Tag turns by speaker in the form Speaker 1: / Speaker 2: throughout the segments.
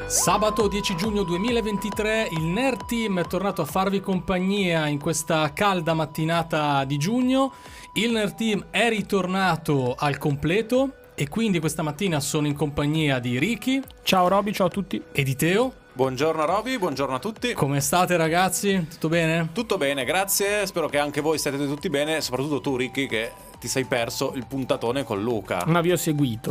Speaker 1: Sabato 10 giugno 2023 il Nerd Team è tornato a farvi compagnia in questa calda mattinata di giugno. Il Nerd Team è ritornato al completo e quindi questa mattina sono in compagnia di Ricky.
Speaker 2: Ciao Roby, ciao a tutti.
Speaker 1: E di Teo.
Speaker 3: Buongiorno Roby, buongiorno a tutti.
Speaker 1: Come state ragazzi? Tutto bene?
Speaker 3: Tutto bene, grazie. Spero che anche voi stiate tutti bene, soprattutto tu Ricky che ti sei perso il puntatone con Luca.
Speaker 2: Ma vi ho seguito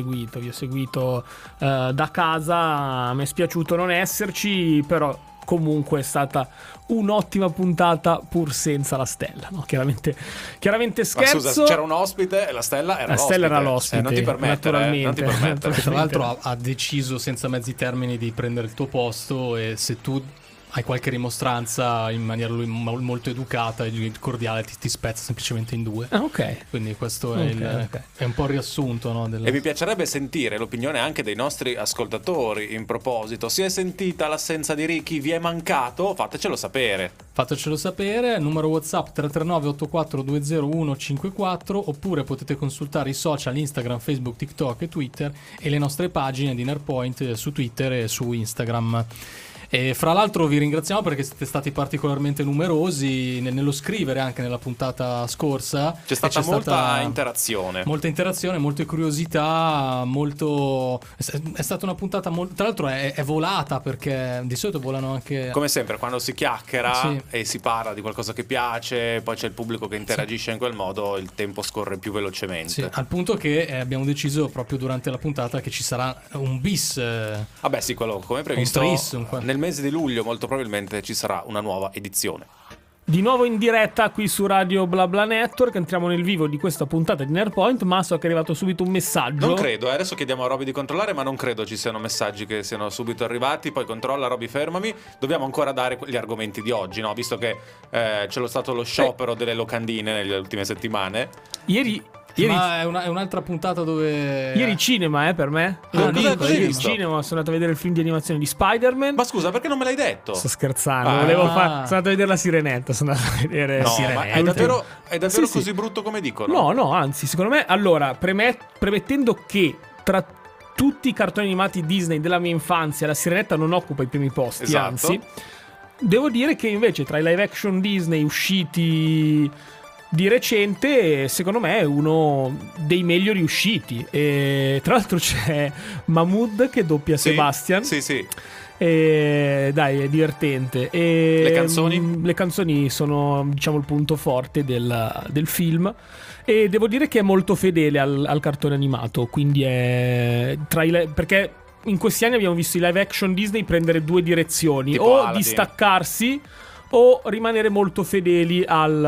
Speaker 2: da casa. Mi è spiaciuto non esserci, però comunque è stata un'ottima puntata pur senza la stella, no? Chiaramente scherzo.
Speaker 3: Ma scusa, c'era un ospite e la stella era l'ospite.
Speaker 2: Stella era l'ospite,
Speaker 3: non ti permettere, non ti permettere.
Speaker 1: Tra l'altro ha deciso senza mezzi termini di prendere il tuo posto, e se tu hai qualche rimostranza in maniera molto educata e cordiale ti spezza semplicemente in due.
Speaker 2: Ah, ok.
Speaker 1: Quindi questo è un po' il riassunto, no,
Speaker 3: E mi piacerebbe sentire l'opinione anche dei nostri ascoltatori in proposito. Si è sentita l'assenza di Ricky? Vi è mancato? Fatecelo sapere.
Speaker 1: Fatecelo sapere, numero WhatsApp 339 8420 154, oppure potete consultare i social Instagram, Facebook, TikTok e Twitter e le nostre pagine di Nerdpoint su Twitter e su Instagram. E fra l'altro vi ringraziamo perché siete stati particolarmente numerosi nello scrivere anche nella puntata scorsa.
Speaker 3: C'è stata molta interazione.
Speaker 1: Molta interazione, molte curiosità, è stata una puntata tra l'altro è volata, perché di solito volano anche...
Speaker 3: Come sempre quando si chiacchiera
Speaker 1: sì,
Speaker 3: e si parla di qualcosa che piace, poi c'è il pubblico che interagisce in quel modo, il tempo scorre più velocemente.
Speaker 1: Sì, al punto che abbiamo deciso proprio durante la puntata che ci sarà un bis.
Speaker 3: Vabbè sì, quello come previsto. Nel mese di luglio molto probabilmente ci sarà una nuova edizione.
Speaker 2: Di nuovo in diretta qui su Radio BlaBla Network, entriamo nel vivo di questa puntata di Nerdpoint, ma so che è arrivato subito un messaggio.
Speaker 3: Non credo, adesso chiediamo a Roby di controllare, ma non credo ci siano messaggi che siano subito arrivati. Poi controlla Roby, fermami. Dobbiamo ancora dare gli argomenti di oggi, no? Visto che c'è stato lo sciopero delle locandine nelle ultime settimane.
Speaker 2: Ieri
Speaker 1: Ma è un'altra puntata dove...
Speaker 2: Ieri cinema, per me. Ieri cinema, sono andato a vedere il film di animazione di Spider-Man.
Speaker 3: Ma scusa, perché non me l'hai detto?
Speaker 2: Sto scherzando, sono andato a vedere la Sirenetta, sono andato a vedere Sirenetta.
Speaker 3: Ma è davvero così brutto come dicono?
Speaker 2: No, anzi, secondo me, allora, premettendo che tra tutti i cartoni animati Disney della mia infanzia la Sirenetta non occupa i primi posti,
Speaker 3: esatto.
Speaker 2: Anzi, devo dire che invece tra i live action Disney usciti di recente, secondo me è uno dei meglio riusciti. E tra l'altro c'è Mahmood che doppia Sebastian.
Speaker 3: Sì.
Speaker 2: E dai, è divertente. E
Speaker 3: le canzoni?
Speaker 2: Le canzoni sono, diciamo, il punto forte del film. E devo dire che è molto fedele al cartone animato. Quindi è perché in questi anni abbiamo visto i live action Disney prendere due direzioni:
Speaker 3: tipo
Speaker 2: o
Speaker 3: Aladdin,
Speaker 2: distaccarsi o rimanere molto fedeli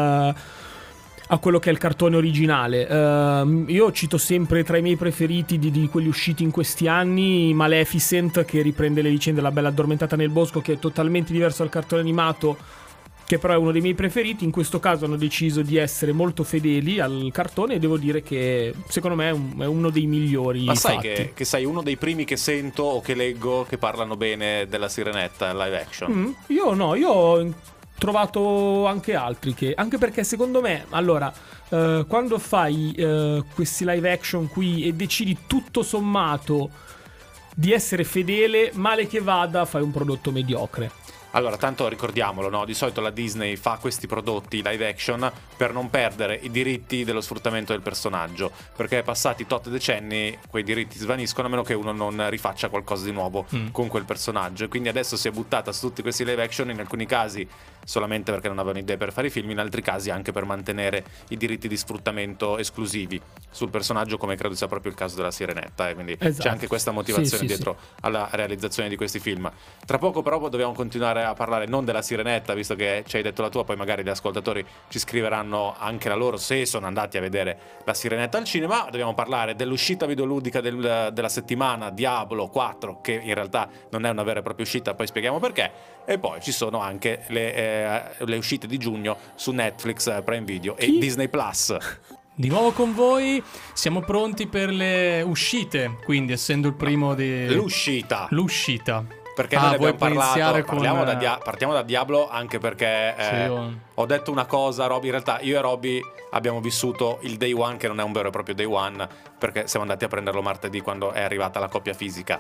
Speaker 2: a quello che è il cartone originale. Io cito sempre tra i miei preferiti di quelli usciti in questi anni Maleficent, che riprende le vicende della Bella Addormentata nel bosco, che è totalmente diverso dal cartone animato, che però è uno dei miei preferiti. In questo caso hanno deciso di essere molto fedeli al cartone e devo dire che secondo me è uno dei migliori.
Speaker 3: Ma sai
Speaker 2: fatti.
Speaker 3: che sei uno dei primi che sento o che leggo che parlano bene della Sirenetta live action?
Speaker 2: Io ho trovato anche altri anche perché secondo me, allora, quando fai questi live action qui e decidi tutto sommato di essere fedele, male che vada fai un prodotto mediocre.
Speaker 3: Allora, tanto ricordiamolo, no? Di solito la Disney fa questi prodotti live action per non perdere i diritti dello sfruttamento del personaggio, perché passati tot decenni quei diritti svaniscono a meno che uno non rifaccia qualcosa di nuovo con quel personaggio. E quindi adesso si è buttata su tutti questi live action, in alcuni casi solamente perché non avevano idee per fare i film, in altri casi anche per mantenere i diritti di sfruttamento esclusivi sul personaggio, come credo sia proprio il caso della Sirenetta, quindi esatto, c'è anche questa motivazione dietro alla realizzazione di questi film. Tra poco però dobbiamo continuare a parlare non della Sirenetta, visto che ci hai detto la tua, poi magari gli ascoltatori ci scriveranno anche la loro se sono andati a vedere la Sirenetta al cinema. Dobbiamo parlare dell'uscita videoludica della settimana, Diablo 4, che in realtà non è una vera e propria uscita, poi spieghiamo perché. E poi ci sono anche le uscite di giugno su Netflix, Prime Video e Disney Plus.
Speaker 1: Di nuovo con voi, siamo pronti per le uscite, quindi essendo il primo di...
Speaker 3: L'uscita. Perché noi abbiamo parlato, partiamo da Diablo, anche perché ho detto una cosa, Roby, in realtà io e Roby abbiamo vissuto il day one, che non è un vero e proprio day one, perché siamo andati a prenderlo martedì quando è arrivata la copia fisica.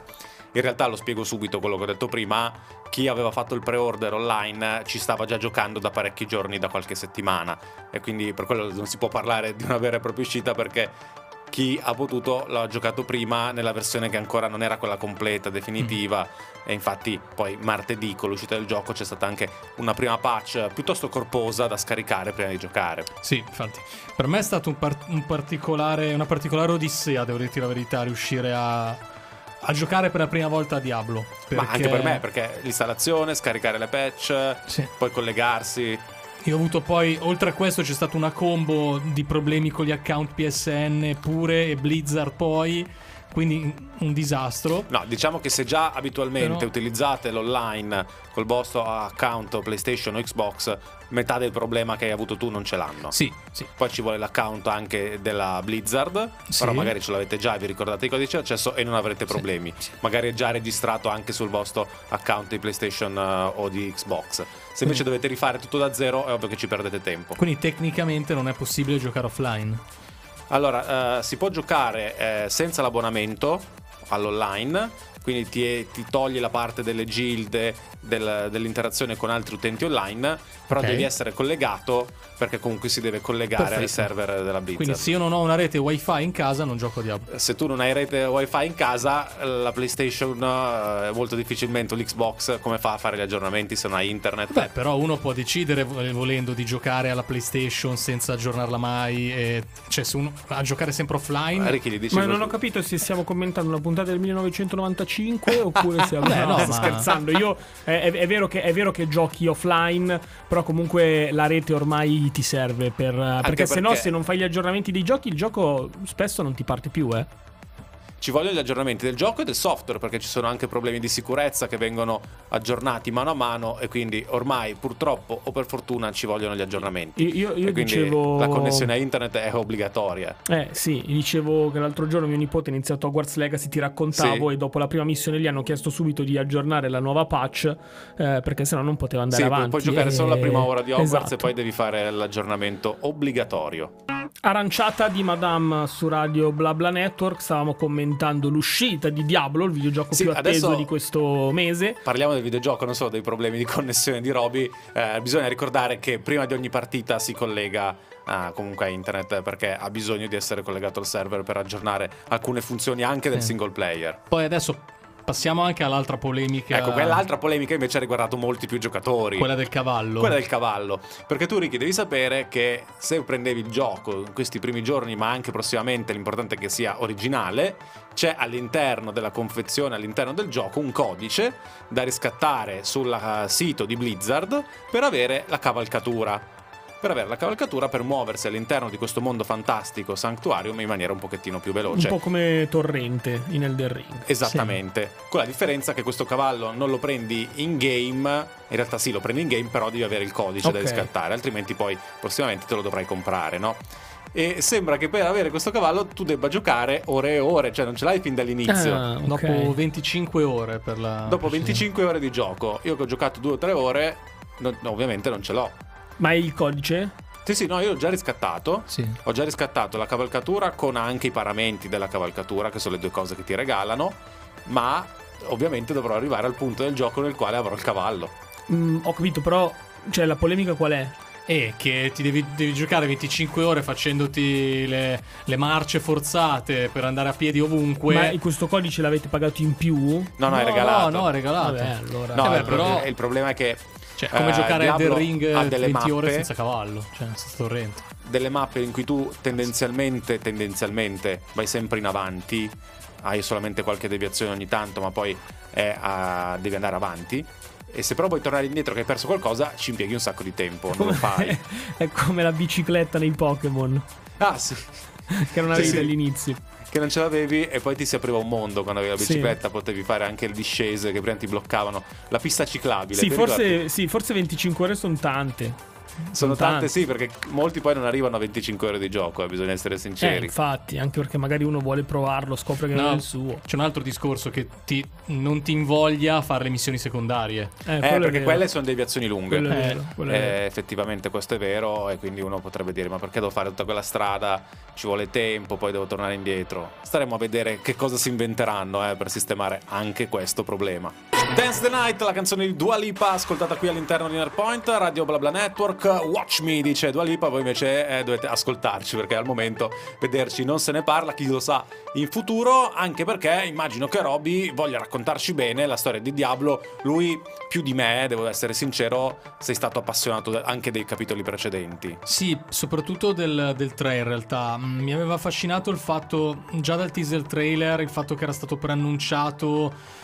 Speaker 3: In realtà lo spiego subito quello che ho detto prima: chi aveva fatto il pre-order online ci stava già giocando da parecchi giorni, da qualche settimana, e quindi per quello non si può parlare di una vera e propria uscita, perché chi ha potuto l'ha giocato prima nella versione che ancora non era quella completa, definitiva. E infatti poi martedì, con l'uscita del gioco, c'è stata anche una prima patch piuttosto corposa da scaricare prima di giocare.
Speaker 1: Sì, infatti per me è stato una particolare odissea, devo dirti la verità, riuscire a giocare per la prima volta a Diablo,
Speaker 3: Ma anche per me, perché l'installazione, scaricare le patch,
Speaker 1: Sì.
Speaker 3: poi collegarsi.
Speaker 1: Io ho avuto poi, oltre a questo, c'è stata una combo di problemi con gli account PSN pure e Blizzard poi, quindi un disastro.
Speaker 3: No, diciamo che se già abitualmente
Speaker 1: Però
Speaker 3: utilizzate l'online col vostro account PlayStation o Xbox, metà del problema che hai avuto tu non ce l'hanno.
Speaker 1: Sì.
Speaker 3: Poi ci vuole l'account anche della Blizzard,
Speaker 1: Sì.
Speaker 3: però magari ce l'avete già e vi ricordate i codici di accesso e non avrete problemi.
Speaker 1: Sì.
Speaker 3: Magari è già registrato anche sul vostro account di PlayStation o di Xbox. Se invece dovete rifare tutto da zero, è ovvio che ci perdete tempo.
Speaker 1: Quindi tecnicamente non è possibile giocare offline.
Speaker 3: Allora, si può giocare senza l'abbonamento all'online, quindi ti toglie la parte delle gilde, dell'interazione con altri utenti online, però
Speaker 1: Ok.
Speaker 3: devi essere collegato, perché comunque si deve collegare ai
Speaker 1: Perfetto.
Speaker 3: server della Blizzard.
Speaker 1: Quindi se io non ho una rete wifi in casa non gioco a Diablo.
Speaker 3: Se tu non hai rete wifi in casa, la PlayStation molto difficilmente, o l'Xbox, come fa a fare gli aggiornamenti se non hai internet?
Speaker 1: Beh, però uno può decidere volendo di giocare alla PlayStation senza aggiornarla mai, cioè se uno a giocare sempre offline.
Speaker 3: Ricky, gli dici
Speaker 2: Ma non ho capito se stiamo commentando una puntata del 1995 oppure se
Speaker 1: Beh, no,
Speaker 2: sto
Speaker 1: ma-
Speaker 2: scherzando. Io è vero che giochi offline, però comunque la rete ormai ti serve perché se no,
Speaker 3: perché-
Speaker 2: se non fai gli aggiornamenti dei giochi, il gioco spesso non ti parte più,
Speaker 3: Ci vogliono gli aggiornamenti del gioco e del software, perché ci sono anche problemi di sicurezza che vengono aggiornati mano a mano, e quindi ormai purtroppo o per fortuna ci vogliono gli aggiornamenti.
Speaker 2: Io
Speaker 3: e quindi
Speaker 2: dicevo
Speaker 3: la connessione a internet è obbligatoria.
Speaker 2: Sì, dicevo che l'altro giorno mio nipote ha iniziato Hogwarts Legacy, ti raccontavo,
Speaker 3: Sì.
Speaker 2: e dopo la prima missione gli hanno chiesto subito di aggiornare la nuova patch, perché sennò non poteva andare
Speaker 3: Sì,
Speaker 2: avanti.
Speaker 3: puoi giocare solo la prima ora di Hogwarts,
Speaker 2: Esatto.
Speaker 3: e poi devi fare l'aggiornamento obbligatorio.
Speaker 2: Aranciata di Madame su Radio BlaBla Network, stavamo commentando l'uscita di Diablo, il videogioco
Speaker 3: Sì,
Speaker 2: più atteso
Speaker 3: adesso
Speaker 2: di questo mese.
Speaker 3: Parliamo del videogioco, non solo dei problemi di connessione di Roby. Bisogna ricordare che prima di ogni partita si collega comunque a internet, perché ha bisogno di essere collegato al server per aggiornare alcune funzioni anche del single player.
Speaker 1: Poi adesso passiamo anche all'altra polemica.
Speaker 3: Ecco, quell'altra polemica invece ha riguardato molti più giocatori.
Speaker 1: Quella del cavallo.
Speaker 3: Quella del cavallo. Perché tu, Ricky, devi sapere che se prendevi il gioco in questi primi giorni, ma anche prossimamente, l'importante è che sia originale, c'è all'interno della confezione, all'interno del gioco, un codice da riscattare sul sito di Blizzard per avere la cavalcatura. Per muoversi all'interno di questo mondo fantastico Sanctuarium in maniera un pochettino più veloce.
Speaker 2: Un po' come Torrente in Elden Ring.
Speaker 3: Esattamente, con la differenza che questo cavallo non lo prendi in game, in realtà sì, lo prendi in game, però devi avere il codice da
Speaker 2: Ok.
Speaker 3: riscattare, altrimenti poi prossimamente te lo dovrai comprare, no? E sembra che per avere questo cavallo tu debba giocare ore e ore, cioè non ce l'hai fin dall'inizio.
Speaker 2: Ah, ok.
Speaker 1: Dopo 25 ore per la.
Speaker 3: Dopo 25 ore di gioco, io che ho giocato 2 o 3 ore, ovviamente non ce l'ho.
Speaker 2: Ma hai il codice?
Speaker 3: Sì, no, io l'ho già riscattato.
Speaker 1: Sì.
Speaker 3: Ho già riscattato la cavalcatura con anche i paramenti della cavalcatura, che sono le due cose che ti regalano, ma ovviamente dovrò arrivare al punto del gioco nel quale avrò il cavallo.
Speaker 2: Ho capito, però cioè la polemica qual è?
Speaker 1: E che ti devi giocare 25 ore facendoti le marce forzate per andare a piedi ovunque.
Speaker 2: Ma questo codice l'avete pagato in più?
Speaker 3: No, è regalato.
Speaker 1: No, è regalato.
Speaker 2: Vabbè, allora.
Speaker 3: No,
Speaker 1: Vabbè,
Speaker 3: il
Speaker 1: però
Speaker 3: il problema è che
Speaker 1: cioè, come giocare a
Speaker 3: Diablo
Speaker 1: Elden Ring
Speaker 3: ha delle
Speaker 1: 20 ore
Speaker 3: mappe,
Speaker 1: senza cavallo, cioè senza torrente.
Speaker 3: delle mappe in cui tu tendenzialmente vai sempre in avanti, hai solamente qualche deviazione ogni tanto, ma poi devi andare avanti. E se però vuoi tornare indietro che hai perso qualcosa, ci impieghi un sacco di tempo, non lo fai.
Speaker 2: È come la bicicletta nei Pokémon
Speaker 3: Ah sì,
Speaker 2: che non avevi
Speaker 3: Sì.
Speaker 2: dall'inizio.
Speaker 3: che non ce l'avevi e poi ti si apriva un mondo quando avevi la
Speaker 2: Sì.
Speaker 3: bicicletta, potevi fare anche le discese che prima ti bloccavano, la pista ciclabile.
Speaker 2: Sì,
Speaker 3: ti ricordi?
Speaker 2: forse 25 ore sono tante.
Speaker 3: Sono tante,
Speaker 2: tanti.
Speaker 3: sì, perché molti poi non arrivano a 25 ore di gioco, bisogna essere sinceri.
Speaker 2: Infatti, anche perché magari uno vuole provarlo, scopre che non è il suo.
Speaker 1: C'è un altro discorso che non ti invoglia a fare le missioni secondarie.
Speaker 3: Perché quelle sono deviazioni lunghe.
Speaker 2: Quello è vero, quello è vero.
Speaker 3: Effettivamente questo è vero, e quindi uno potrebbe dire: ma perché devo fare tutta quella strada? Ci vuole tempo, poi devo tornare indietro. Staremo a vedere che cosa si inventeranno per sistemare anche questo problema. Dance the Night, la canzone di Dua Lipa, ascoltata qui all'interno di Nerpoint, Radio BlaBla Network. Watch me, dice Dua Lipa, voi invece dovete ascoltarci, perché al momento vederci non se ne parla, chi lo sa in futuro, anche perché immagino che Roby voglia raccontarci bene la storia di Diablo. Lui più di me, devo essere sincero, sei stato appassionato anche dei capitoli precedenti.
Speaker 1: Sì, soprattutto del 3 in realtà. Mi aveva affascinato il fatto, già dal teaser trailer, il fatto che era stato preannunciato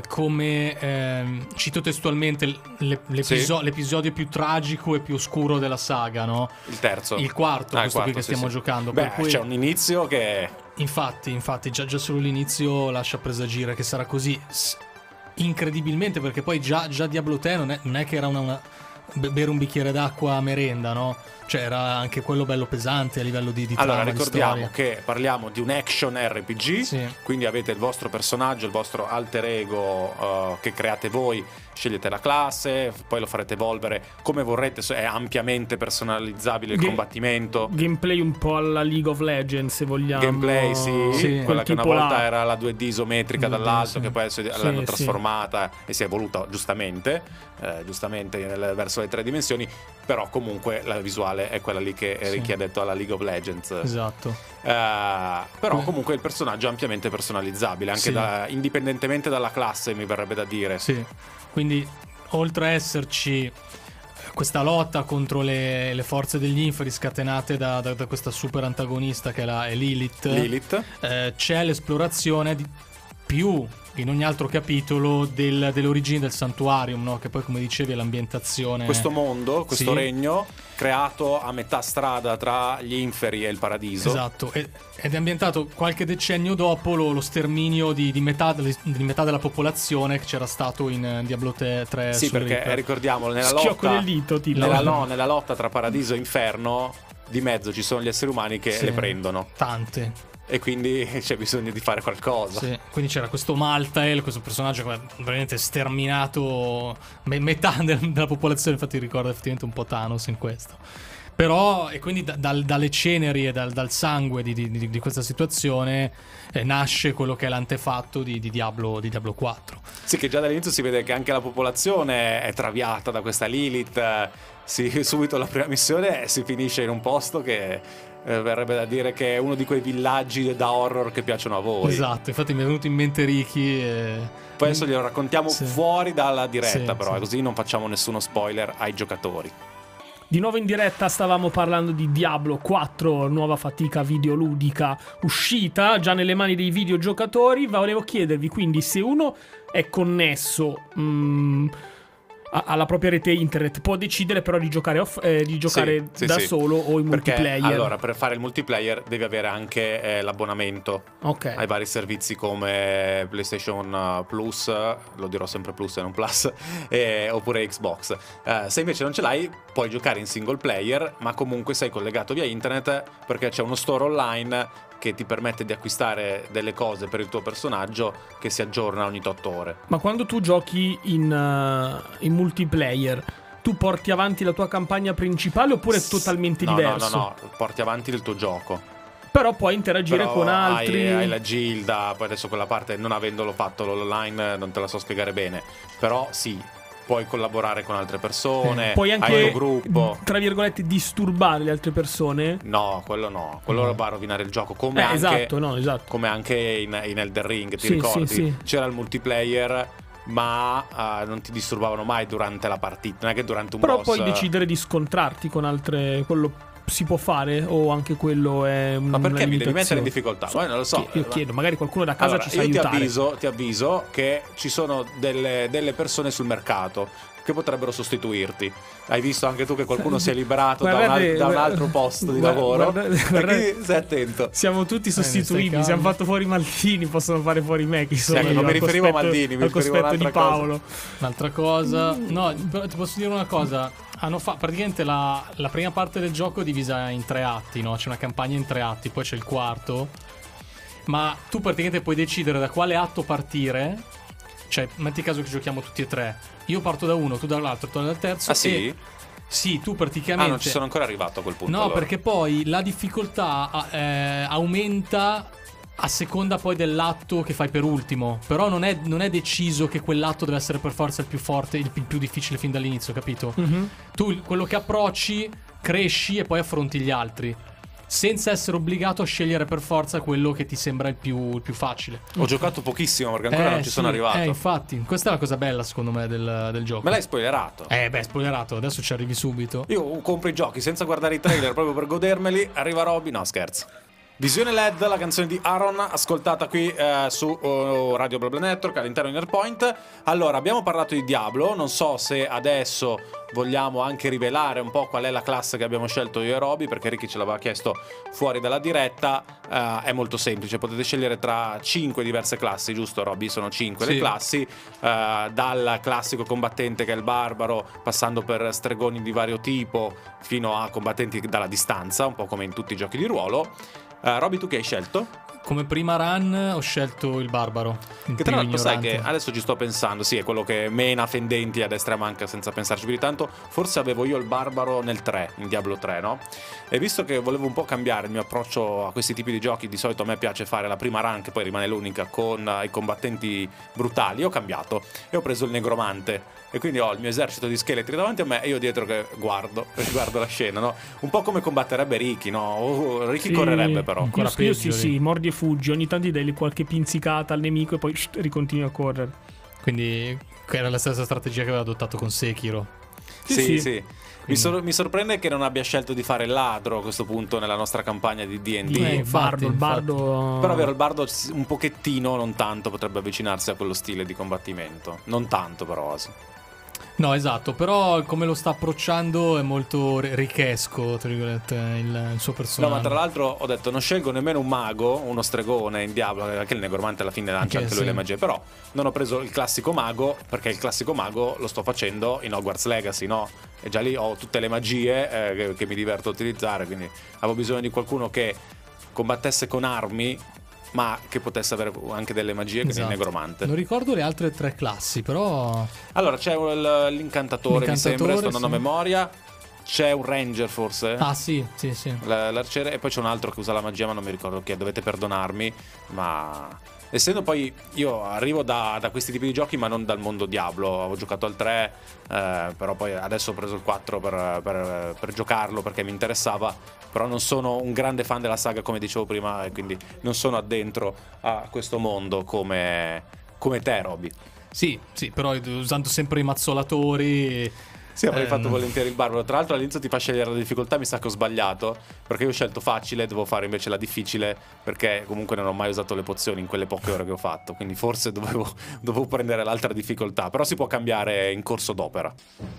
Speaker 1: come, cito testualmente, l'episodio più tragico e più oscuro della saga, no?
Speaker 3: Il terzo.
Speaker 1: Il quarto, questo qui che stiamo giocando.
Speaker 3: Beh,
Speaker 1: per cui
Speaker 3: c'è un inizio che...
Speaker 1: Infatti, già solo l'inizio lascia presagire che sarà così incredibilmente, perché poi già Diablo 3 non è che era bere un bicchiere d'acqua a merenda, no? Cioè era anche quello bello pesante a livello di
Speaker 3: allora
Speaker 1: trama,
Speaker 3: ricordiamo
Speaker 1: di storia.
Speaker 3: che parliamo di un action RPG,
Speaker 1: sì.
Speaker 3: Quindi avete il vostro personaggio, il vostro alter ego che create voi, scegliete la classe, poi lo farete evolvere come vorrete, è ampiamente personalizzabile il combattimento.
Speaker 2: Gameplay un po' alla League of Legends, se vogliamo.
Speaker 3: Gameplay, sì. Quella che una volta era la 2D isometrica dall'alto, che poi adesso l'hanno trasformata e si è evoluta giustamente verso le 3 dimensioni, però comunque la visuale è quella lì che Ricky ha detto alla League of Legends.
Speaker 1: Esatto.
Speaker 3: Però comunque il personaggio è ampiamente personalizzabile, anche indipendentemente dalla classe, mi verrebbe da dire.
Speaker 1: Sì. Quindi oltre a esserci questa lotta contro le forze degli inferi scatenate da questa super antagonista che è Lilith. C'è l'esplorazione più in ogni altro capitolo delle origini del Sanctuarium, no? Che poi, come dicevi, è l'ambientazione,
Speaker 3: questo mondo, questo regno creato a metà strada tra gli inferi e il paradiso.
Speaker 1: Esatto, ed è ambientato qualche decennio dopo lo sterminio di metà della popolazione che c'era stato in Diablo 3.
Speaker 3: Sì, perché ricordiamolo, nella lotta tra paradiso e inferno, di mezzo ci sono gli esseri umani che le prendono.
Speaker 1: Tante.
Speaker 3: E quindi c'è bisogno di fare qualcosa.
Speaker 1: Sì. Quindi c'era questo Maltael, questo personaggio che ha veramente sterminato metà della popolazione. Infatti ricorda effettivamente un po' Thanos in questo. Però, e quindi dalle ceneri e dal sangue di questa situazione nasce quello che è l'antefatto di Diablo 4.
Speaker 3: Sì, che già dall'inizio si vede che anche la popolazione è traviata da questa Lilith. Subito la prima missione si finisce in un posto che verrebbe da dire che è uno di quei villaggi da horror che piacciono a voi.
Speaker 1: Esatto, infatti mi è venuto in mente Ricky.
Speaker 3: Poi adesso glielo raccontiamo fuori dalla diretta, però così non facciamo nessuno spoiler ai giocatori.
Speaker 2: Di nuovo in diretta stavamo parlando di Diablo 4, nuova fatica videoludica uscita già nelle mani dei videogiocatori. Volevo chiedervi quindi se uno è connesso alla propria rete internet, può decidere però di giocare da solo o in multiplayer.
Speaker 3: Allora, per fare il multiplayer devi avere anche l'abbonamento ai vari servizi come PlayStation Plus, lo dirò sempre Plus e non Plus, oppure Xbox. Se invece non ce l'hai, puoi giocare in single player, ma comunque sei collegato via internet, perché c'è uno store online che ti permette di acquistare delle cose per il tuo personaggio che si aggiorna ogni 8 ore.
Speaker 2: Ma quando tu giochi in multiplayer, tu porti avanti la tua campagna principale oppure è totalmente diverso?
Speaker 3: No, porti avanti il tuo gioco.
Speaker 2: Però puoi interagire con altri.
Speaker 3: Hai la gilda, poi adesso quella parte, non avendolo fatto l'online, non te la so spiegare bene. Però sì, puoi collaborare con altre persone,
Speaker 2: puoi anche,
Speaker 3: hai un gruppo,
Speaker 2: tra virgolette, disturbare le altre persone.
Speaker 3: No, quello va a rovinare il gioco, come anche
Speaker 2: esatto.
Speaker 3: come anche in Elden Ring, ti ricordi?
Speaker 2: Sì.
Speaker 3: C'era il multiplayer, ma non ti disturbavano mai durante la partita, non è che durante un boss.
Speaker 2: Però puoi decidere di scontrarti con altre, quello si può fare, o anche quello è una
Speaker 3: Ma perché mi devi
Speaker 2: limitazione?
Speaker 3: mettere in difficoltà? Non lo so.
Speaker 2: Io chiedo, magari qualcuno da casa ci sa aiutare.
Speaker 3: Ti avviso che ci sono delle persone sul mercato che potrebbero sostituirti. Hai visto anche tu che qualcuno si è liberato
Speaker 2: Guardate,
Speaker 3: da un altro posto di lavoro? Quindi stai attento.
Speaker 2: Siamo tutti sostituibili. Se hanno fatto fuori Maldini, possono fare fuori me. Chi sono io?
Speaker 3: Non mi riferivo a Maldini, mi
Speaker 2: al
Speaker 3: riferivo a
Speaker 2: cospetto di
Speaker 3: un'altra
Speaker 2: Paolo.
Speaker 1: Un'altra cosa, no, però ti posso dire una cosa. Praticamente la prima parte del gioco è divisa in 3 atti, no? C'è una campagna in 3 atti, poi c'è il quarto. Ma tu praticamente puoi decidere da quale atto partire. Cioè, metti caso che giochiamo tutti e 3. Io parto da uno, tu dall'altro, tu dal terzo.
Speaker 3: Ah sì?
Speaker 1: E sì, tu praticamente...
Speaker 3: non ci sono ancora arrivato a quel punto.
Speaker 1: No,
Speaker 3: allora.
Speaker 1: perché poi la difficoltà aumenta a seconda poi dell'atto che fai per ultimo. Però non è deciso che quell'atto deve essere per forza il più forte, il più difficile fin dall'inizio, capito?
Speaker 2: Mm-hmm.
Speaker 1: Tu quello che approcci, cresci e poi affronti gli altri, senza essere obbligato a scegliere per forza quello che ti sembra il più facile.
Speaker 3: Ho giocato pochissimo perché ancora non ci sono arrivato.
Speaker 1: Infatti, questa è la cosa bella secondo me del gioco.
Speaker 3: Me l'hai spoilerato.
Speaker 1: Spoilerato, adesso ci arrivi subito.
Speaker 3: Io compro i giochi senza guardare i trailer proprio per godermeli. Arriva Robby, no scherzo. Visione LED, la canzone di Aaron, ascoltata qui su Radio BlaBla Network all'interno di Nerdpoint. Allora, abbiamo parlato di Diablo, non so se adesso vogliamo anche rivelare un po' qual è la classe che abbiamo scelto io e Robby, perché Ricky ce l'aveva chiesto fuori dalla diretta. È molto semplice, potete scegliere tra 5 diverse classi, giusto Robby? Sono 5
Speaker 1: sì.
Speaker 3: le classi, dal classico combattente che è il barbaro, passando per stregoni di vario tipo, fino a combattenti dalla distanza, un po' come in tutti i giochi di ruolo. Robby, tu che hai scelto?
Speaker 1: Come prima run ho scelto il barbaro.
Speaker 3: Che tra l'altro sai che adesso ci sto pensando, sì, è quello che mena fendenti a destra e a manca senza pensarci più di tanto. Forse avevo io il barbaro nel 3, in Diablo 3, no? E visto che volevo un po' cambiare il mio approccio a questi tipi di giochi, di solito a me piace fare la prima run che poi rimane l'unica con i combattenti brutali, ho cambiato e ho preso il negromante. E quindi ho il mio esercito di scheletri davanti a me e io dietro che guardo la scena, no? Un po' come combatterebbe Ricky, no? Ricky sì, correrebbe però.
Speaker 2: Io sì, mordi e fuggi, ogni tanto gli dai qualche pinzicata al nemico e poi ricontinui a correre.
Speaker 1: Quindi era la stessa strategia che aveva adottato con Sekiro.
Speaker 3: Sì. Mi sorprende che non abbia scelto di fare il ladro a questo punto nella nostra campagna di D&D.
Speaker 2: Il bardo.
Speaker 3: Però vero, il bardo un pochettino, non tanto, potrebbe avvicinarsi a quello stile di combattimento. Non tanto però, sì.
Speaker 1: No, esatto, però come lo sta approcciando è molto richesco, tra virgolette, il suo personaggio.
Speaker 3: No, ma tra l'altro ho detto non scelgo nemmeno un mago, uno stregone in Diablo, anche il negromante alla fine lancia anche lui le magie, però non ho preso il classico mago, perché il classico mago lo sto facendo in Hogwarts Legacy, no? E già lì ho tutte le magie che mi diverto a utilizzare, quindi avevo bisogno di qualcuno che combattesse con armi, ma che potesse avere anche delle magie, esatto. Quindi il negromante.
Speaker 1: Non ricordo le altre 3 classi, però...
Speaker 3: Allora, c'è l'incantatore, mi sembra, sto andando a memoria. C'è un ranger, forse?
Speaker 1: Ah, sì.
Speaker 3: L'arciere, e poi c'è un altro che usa la magia, ma non mi ricordo chi è, dovete perdonarmi, ma... Essendo poi io arrivo da questi tipi di giochi, ma non dal mondo Diablo, avevo giocato al 3, però poi adesso ho preso il 4 per giocarlo perché mi interessava, però non sono un grande fan della saga come dicevo prima e quindi non sono addentro a questo mondo come te, Robby.
Speaker 1: Sì, però usando sempre i mazzolatori...
Speaker 3: Sì, avrei fatto volentieri il barbaro. Tra l'altro all'inizio ti fa scegliere la difficoltà, mi sa che ho sbagliato, perché io ho scelto facile, devo fare invece la difficile, perché comunque non ho mai usato le pozioni in quelle poche ore che ho fatto, quindi forse dovevo prendere l'altra difficoltà, però si può cambiare in corso d'opera.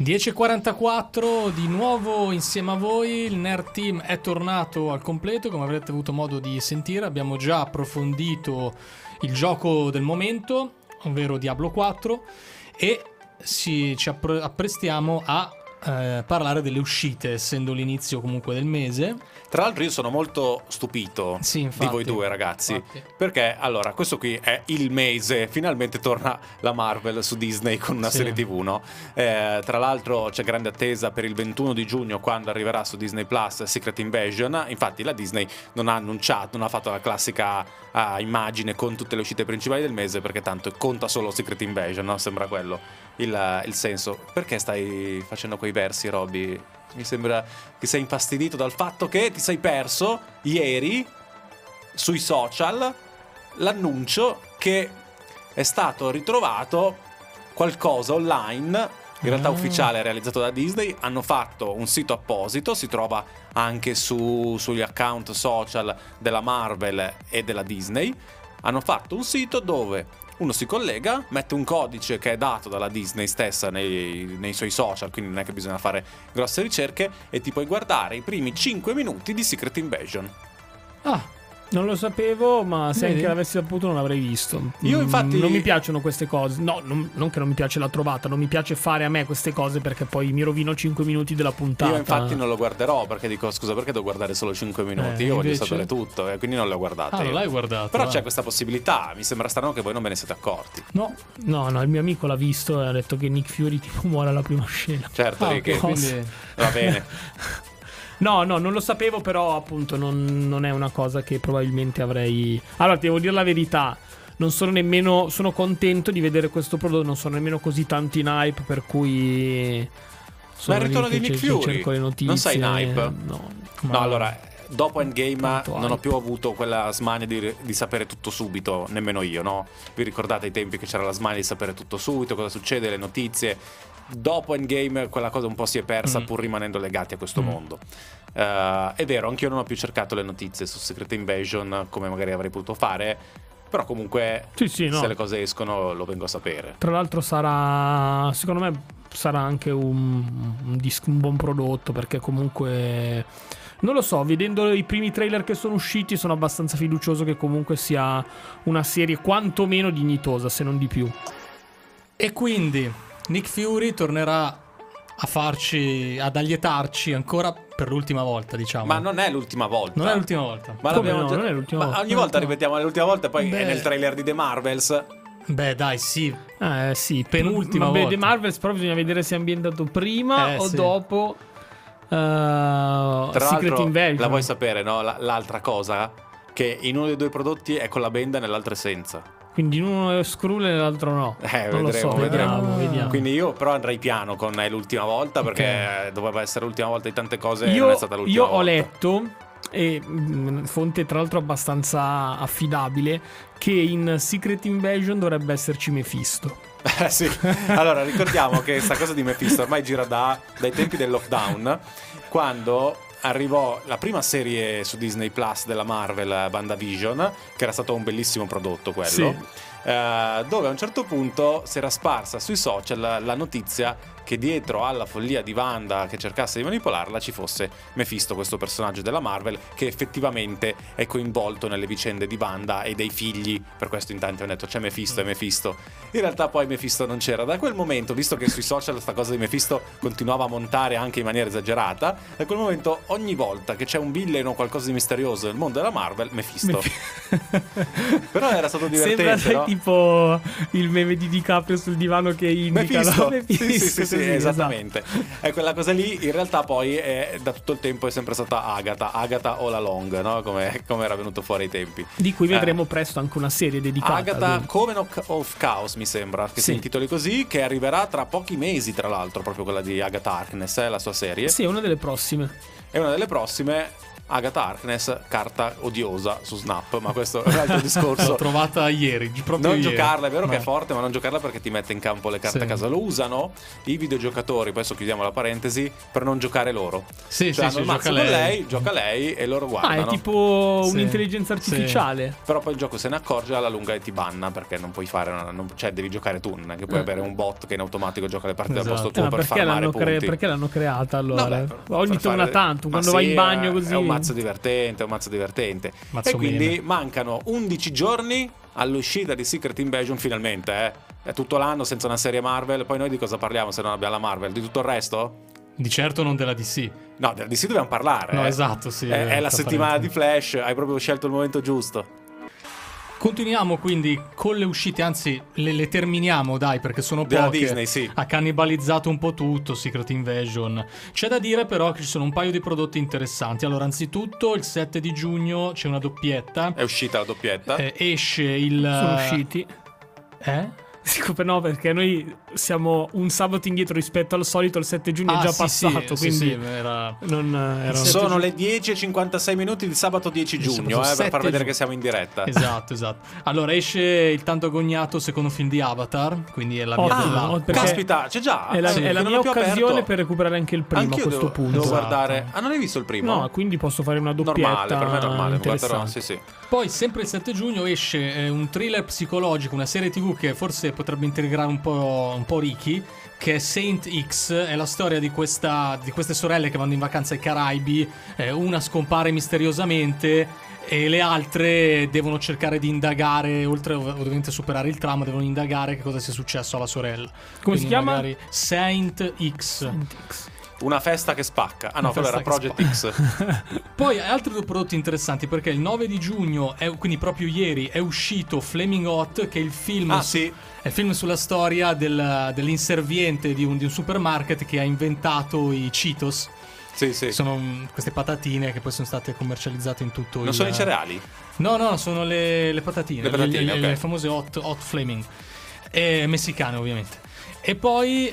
Speaker 1: 10:44, di nuovo insieme a voi, il Nerd Team è tornato al completo, come avrete avuto modo di sentire, abbiamo già approfondito il gioco del momento, ovvero Diablo 4, e ci apprestiamo a parlare delle uscite, essendo l'inizio comunque del mese.
Speaker 3: Tra l'altro io sono molto stupito di voi due ragazzi, perché allora questo qui è il mese, finalmente torna la Marvel su Disney con una serie TV, no? Tra l'altro c'è grande attesa per il 21 di giugno quando arriverà su Disney Plus Secret Invasion. Infatti la Disney non ha annunciato, non ha fatto la classica immagine con tutte le uscite principali del mese, perché tanto conta solo Secret Invasion, no? Sembra quello il senso. Perché stai facendo quei versi, Robby? Mi sembra che sei infastidito dal fatto che ti sei perso ieri sui social l'annuncio che è stato ritrovato qualcosa online, in realtà ufficiale, realizzato da Disney. Hanno fatto un sito apposito, si trova anche sugli account social della Marvel e della Disney. Hanno fatto un sito dove uno si collega, mette un codice che è dato dalla Disney stessa nei suoi social, quindi non è che bisogna fare grosse ricerche, e ti puoi guardare i primi 5 minuti di Secret Invasion.
Speaker 2: Ah, non lo sapevo, ma se
Speaker 1: Vedi?
Speaker 2: anche l'avessi saputo non l'avrei visto.
Speaker 3: Io infatti
Speaker 2: non mi piacciono queste cose. No, non che non mi piace la trovata, non mi piace fare a me queste cose perché poi mi rovino 5 minuti della puntata.
Speaker 3: Io infatti non lo guarderò perché dico scusa, perché devo guardare solo 5 minuti? Io voglio
Speaker 1: invece?
Speaker 3: sapere tutto, e quindi non le ho guardate.
Speaker 1: Ah, non
Speaker 3: io.
Speaker 1: l'hai guardato?
Speaker 3: Però
Speaker 1: ah.
Speaker 3: c'è questa possibilità, mi sembra strano che voi non ve ne siete accorti.
Speaker 1: No.
Speaker 2: No, il mio amico l'ha visto e ha detto che Nick Fury tipo muore alla prima scena.
Speaker 3: Certo,
Speaker 1: Ah,
Speaker 3: Ricky,
Speaker 1: ok, quindi...
Speaker 3: va bene.
Speaker 2: No, non lo sapevo, però appunto non è una cosa che probabilmente avrei... Allora, ti devo dire la verità, non sono nemmeno... Sono contento di vedere questo prodotto, non sono nemmeno così tanto in hype, per cui...
Speaker 3: Ma il ritorno di Nick Fury?
Speaker 2: Cerco le notizie.
Speaker 3: Non sei in hype?
Speaker 2: No.
Speaker 3: No, allora, dopo Endgame
Speaker 2: Tanto
Speaker 3: non ho
Speaker 2: hype.
Speaker 3: più avuto quella smania di sapere tutto subito, nemmeno io, no? Vi ricordate ai tempi che c'era la smania di sapere tutto subito, cosa succede, le notizie? Dopo Endgame quella cosa un po' si è persa, pur rimanendo legati a questo mondo. È vero, anch'io non ho più cercato le notizie su Secret Invasion come magari avrei potuto fare, però comunque
Speaker 2: Sì, no.
Speaker 3: se le cose escono lo vengo a sapere.
Speaker 2: Tra l'altro sarà, secondo me, sarà anche un buon prodotto, perché comunque, non lo so, vedendo i primi trailer che sono usciti sono abbastanza fiducioso che comunque sia una serie quantomeno dignitosa, se non di più.
Speaker 1: E quindi Nick Fury tornerà ad allietarci ancora per l'ultima volta, diciamo.
Speaker 3: Ma non è l'ultima volta.
Speaker 1: Non è l'ultima volta.
Speaker 3: Ma
Speaker 2: Come
Speaker 3: l'abbiamo
Speaker 2: no? Non è l'ultima volta.
Speaker 3: Ogni volta ripetiamo l'ultima volta, poi
Speaker 1: Beh.
Speaker 3: è nel trailer di The Marvels.
Speaker 1: Beh, dai, sì.
Speaker 2: Sì,
Speaker 1: Penultima
Speaker 2: Vabbè,
Speaker 1: volta.
Speaker 2: The Marvels però bisogna vedere se è ambientato prima o
Speaker 1: sì.
Speaker 2: dopo
Speaker 3: Tra
Speaker 2: Secret
Speaker 3: l'altro,
Speaker 2: Invasion.
Speaker 3: la vuoi sapere, no? L'altra cosa, che in uno dei due prodotti è con la benda e nell'altro è senza.
Speaker 2: Quindi in uno è Skrull e nell'altro no. Non lo so,
Speaker 3: vedremo.
Speaker 2: vediamo.
Speaker 3: Quindi io però andrei piano con è l'ultima volta, perché doveva essere l'ultima volta di tante cose e non è stata l'ultima
Speaker 2: Io
Speaker 3: volta.
Speaker 2: ho letto, e fonte tra l'altro abbastanza affidabile, che in Secret Invasion dovrebbe esserci Mephisto.
Speaker 3: Sì. Allora ricordiamo che questa cosa di Mephisto ormai gira dai tempi del lockdown, quando arrivò la prima serie su Disney Plus della Marvel, WandaVision, che era stato un bellissimo prodotto quello,
Speaker 2: Sì.
Speaker 3: dove a un certo punto si era sparsa sui social la notizia che dietro alla follia di Wanda che cercasse di manipolarla ci fosse Mephisto, questo personaggio della Marvel che effettivamente è coinvolto nelle vicende di Wanda e dei figli. Per questo in tanti hanno detto c'è Mephisto e Mephisto. In realtà poi Mephisto non c'era. Da quel momento, visto che sui social sta cosa di Mephisto continuava a montare anche in maniera esagerata, da quel momento ogni volta che c'è un villain o qualcosa di misterioso nel mondo della Marvel, Mephisto. Però era stato divertente,
Speaker 2: Sembra
Speaker 3: no?
Speaker 2: tipo il meme di DiCaprio sul divano che indica
Speaker 3: Mephisto.
Speaker 2: Mephisto.
Speaker 3: Sì,
Speaker 2: Così,
Speaker 3: esattamente. E quella cosa lì in realtà poi da tutto il tempo è sempre stata Agatha all along, no? Come era venuto fuori ai tempi.
Speaker 2: Di cui vedremo presto anche una serie dedicata.
Speaker 3: Agatha
Speaker 2: quindi.
Speaker 3: Coven of Chaos mi sembra che si intitoli così, che arriverà tra pochi mesi tra l'altro, proprio quella di Agatha Harkness, la sua serie.
Speaker 2: Sì, è una delle prossime.
Speaker 3: È una delle prossime. Agatha Harkness, carta odiosa su Snap, ma questo è un altro discorso.
Speaker 1: L'ho trovata ieri, proprio
Speaker 3: Non
Speaker 1: ieri.
Speaker 3: giocarla, è vero che
Speaker 1: No.
Speaker 3: è forte, ma non giocarla perché ti mette in campo le carte
Speaker 1: Sì.
Speaker 3: a casa. Lo usano i videogiocatori, adesso chiudiamo la parentesi, per non giocare loro.
Speaker 1: Sì,
Speaker 3: Cioè,
Speaker 1: sì,
Speaker 3: hanno il mazzo
Speaker 1: gioca
Speaker 3: con
Speaker 1: lei.
Speaker 3: gioca lei e loro guardano.
Speaker 2: È tipo
Speaker 1: Sì.
Speaker 2: un'intelligenza artificiale.
Speaker 3: Però poi il gioco se ne accorge alla lunga e ti banna perché non puoi fare cioè devi giocare tu, non è che puoi avere un bot che in automatico gioca le partite al
Speaker 1: Esatto.
Speaker 3: posto tuo per farmare punti.
Speaker 2: Perché l'hanno creata allora?
Speaker 3: Vabbè,
Speaker 2: Ogni
Speaker 3: per
Speaker 2: una
Speaker 3: fare-
Speaker 2: tanto,
Speaker 3: ma
Speaker 2: quando
Speaker 3: sì,
Speaker 2: vai in bagno così.
Speaker 3: È un mazzo divertente, e
Speaker 1: Mazzo
Speaker 3: quindi
Speaker 1: meme.
Speaker 3: mancano 11 giorni all'uscita di Secret Invasion finalmente, È tutto l'anno senza una serie Marvel, poi noi di cosa parliamo se non abbiamo la Marvel? Di tutto il resto?
Speaker 1: Di certo non della DC.
Speaker 3: No, della DC dobbiamo parlare.
Speaker 1: No, esatto, sì.
Speaker 3: È la settimana di Flash, hai proprio scelto il momento giusto.
Speaker 1: Continuiamo quindi con le uscite, anzi le terminiamo dai perché sono
Speaker 3: Della
Speaker 1: poche.
Speaker 3: Disney, sì.
Speaker 1: Ha cannibalizzato un po' tutto Secret Invasion. C'è da dire però che ci sono un paio di prodotti interessanti. Allora, anzitutto il 7 di giugno c'è una doppietta.
Speaker 3: È uscita la doppietta.
Speaker 1: Esce il...
Speaker 2: Sono usciti. No, perché noi siamo un sabato indietro rispetto al solito, il 7 giugno è già passato, quindi
Speaker 3: sono le 10:56 minuti di sabato 10 giugno, per far vedere che siamo in diretta.
Speaker 1: Esatto. Allora esce il tanto agognato secondo film di Avatar, quindi è la via
Speaker 3: caspita, c'è già.
Speaker 2: È la mia occasione per recuperare anche il primo.
Speaker 3: Anch'io
Speaker 2: a questo punto.
Speaker 3: Devo guardare. Non hai visto il primo?
Speaker 2: No, quindi posso fare una doppietta.
Speaker 3: Normale, per me è normale. Guarderò, sì.
Speaker 1: Poi sempre il 7 giugno esce un thriller psicologico, una serie TV che forse potrebbe integrare un po' Ricky, che è Saint X. È la storia di queste sorelle che vanno in vacanza ai Caraibi. Una scompare misteriosamente e le altre devono cercare di indagare, oltre ovviamente a superare il trauma, devono indagare che cosa sia successo alla sorella.
Speaker 2: Come si chiama?
Speaker 1: Saint X.
Speaker 3: Una festa che spacca. Ah no, quello era Project X.
Speaker 1: Poi altri due prodotti interessanti, perché il 9 di giugno, quindi proprio ieri, è uscito Flaming Hot, che è il film, è il film sulla storia dell'inserviente di un supermarket che ha inventato i Cheetos.
Speaker 3: Sì.
Speaker 1: Sono queste patatine che poi sono state commercializzate in tutto
Speaker 3: Non sono i cereali?
Speaker 1: No, sono le patatine. Le famose hot Flaming. Messicane, ovviamente. E poi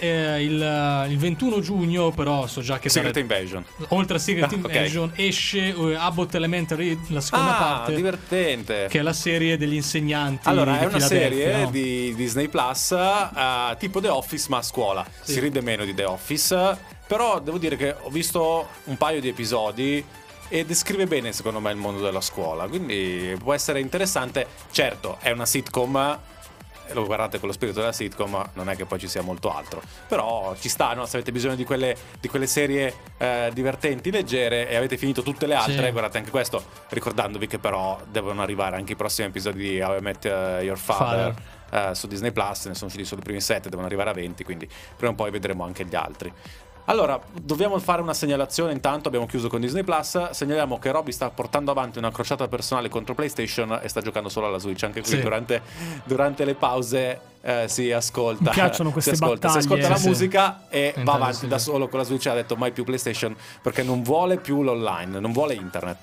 Speaker 1: il 21 giugno, però so già che
Speaker 3: Secret Invasion.
Speaker 1: Oltre a Secret Invasion esce Abbott Elementary, la seconda parte.
Speaker 3: Divertente.
Speaker 1: Che è la serie degli insegnanti.
Speaker 3: Allora,
Speaker 1: di
Speaker 3: è una serie di Disney Plus, tipo The Office, ma a scuola.
Speaker 1: Sì.
Speaker 3: Si ride meno di The Office, però devo dire che ho visto un paio di episodi e descrive bene, secondo me, il mondo della scuola. Quindi può essere interessante. Certo, è una sitcom. Lo guardate con lo spirito della sitcom, non è che poi ci sia molto altro, però ci sta, no? Se avete bisogno di quelle serie divertenti, leggere, e avete finito tutte le altre, guardate anche questo, ricordandovi che però devono arrivare anche i prossimi episodi di How I Met Your Father su Disney Plus. Ne sono usciti solo i primi 7, devono arrivare a 20, quindi prima o poi vedremo anche gli altri. Allora, dobbiamo fare una segnalazione. Intanto abbiamo chiuso con Disney Plus. Segnaliamo che Robby sta portando avanti una crociata personale contro PlayStation e sta giocando solo alla Switch. Anche qui durante le pause si ascolta.
Speaker 2: Mi piacciono queste battaglie.
Speaker 3: Si ascolta la musica e va avanti da solo con la Switch. Ha detto mai più PlayStation perché non vuole più l'online, non vuole internet.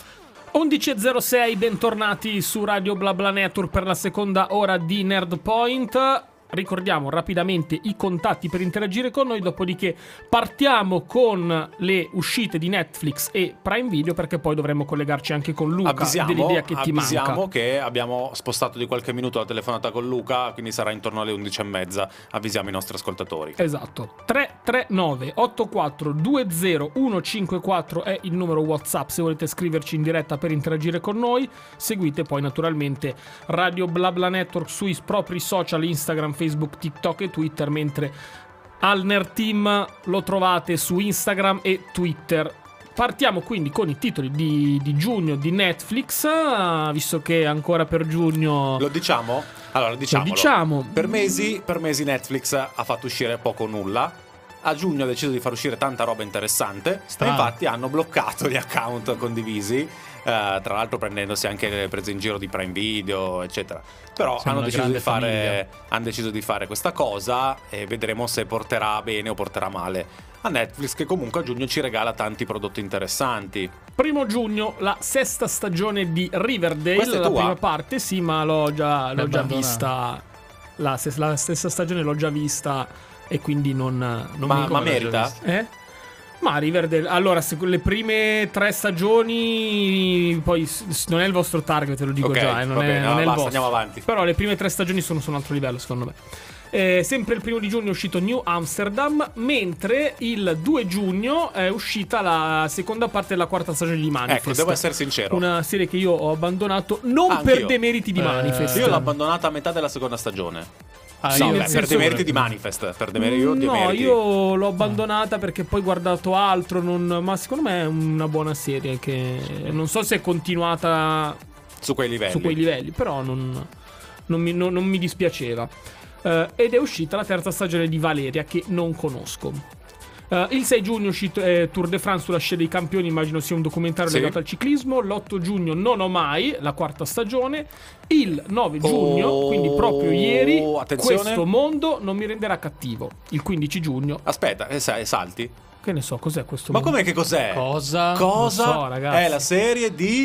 Speaker 2: 11.06, bentornati su Radio BlaBla Network per la seconda ora di Nerd Point. Ricordiamo rapidamente i contatti per interagire con noi, dopodiché partiamo con le uscite di Netflix e Prime Video, perché poi dovremo collegarci anche con Luca dell'idea che ti manca.
Speaker 3: Avvisiamo che abbiamo spostato di qualche minuto la telefonata con Luca, quindi sarà intorno alle 11:30. Avvisiamo i nostri ascoltatori.
Speaker 2: Esatto. 339 84 20 154 è il numero WhatsApp se volete scriverci in diretta per interagire con noi. Seguite poi naturalmente Radio BlaBla Network sui propri social, Instagram, Facebook, TikTok e Twitter, mentre al Nerd Team lo trovate su Instagram e Twitter. Partiamo quindi con i titoli di giugno di Netflix, visto che ancora per giugno...
Speaker 3: Lo diciamo? Allora, diciamolo.
Speaker 2: Lo diciamo.
Speaker 3: Per mesi Netflix ha fatto uscire poco o nulla. A giugno ha deciso di far uscire tanta roba interessante. E infatti hanno bloccato gli account condivisi, tra l'altro prendendosi anche le prese in giro di Prime Video, eccetera. Però hanno deciso di fare questa cosa e vedremo se porterà bene o porterà male a Netflix, che comunque a giugno ci regala tanti prodotti interessanti.
Speaker 2: 1 giugno la 6ª stagione di Riverdale.
Speaker 3: Questa è
Speaker 2: la
Speaker 3: tua?
Speaker 2: prima parte, sì, ma l'ho già vista. La stessa stagione l'ho già vista e quindi non
Speaker 3: ma merita?
Speaker 2: Ma Riverdale, allora, le prime 3 stagioni, poi non è il vostro target, ve lo dico già, non è il vostro.
Speaker 3: Andiamo avanti.
Speaker 2: Però le prime 3 stagioni sono su un altro livello, secondo me. Sempre il 1 di giugno è uscito New Amsterdam, mentre il 2 giugno è uscita la seconda parte della 4ª stagione di Manifest.
Speaker 3: Ecco, devo essere sincero,
Speaker 2: una serie che io ho abbandonato non per demeriti di Manifest.
Speaker 3: Io l'ho abbandonata a metà della seconda stagione.
Speaker 2: Per
Speaker 3: demeriti di Manifest.
Speaker 2: Io l'ho abbandonata perché poi ho guardato altro. Ma secondo me è una buona serie che non so se è continuata
Speaker 3: su quei livelli,
Speaker 2: però non mi dispiaceva. Ed è uscita la 3ª stagione di Valeria, che non conosco. Il 6 giugno è uscito Tour de France sulla scia dei campioni, immagino sia un documentario legato al ciclismo. L'8 giugno Non ho mai, la 4ª stagione. Il 9 giugno, quindi proprio ieri,
Speaker 3: attenzione.
Speaker 2: Questo mondo non mi renderà cattivo. Il 15 giugno.
Speaker 3: Aspetta, salti.
Speaker 2: Che ne so, cos'è questo
Speaker 3: Ma
Speaker 2: mondo?
Speaker 3: com'è che cos'è?
Speaker 1: Cosa?
Speaker 2: Non so, ragazzi.
Speaker 3: È la serie di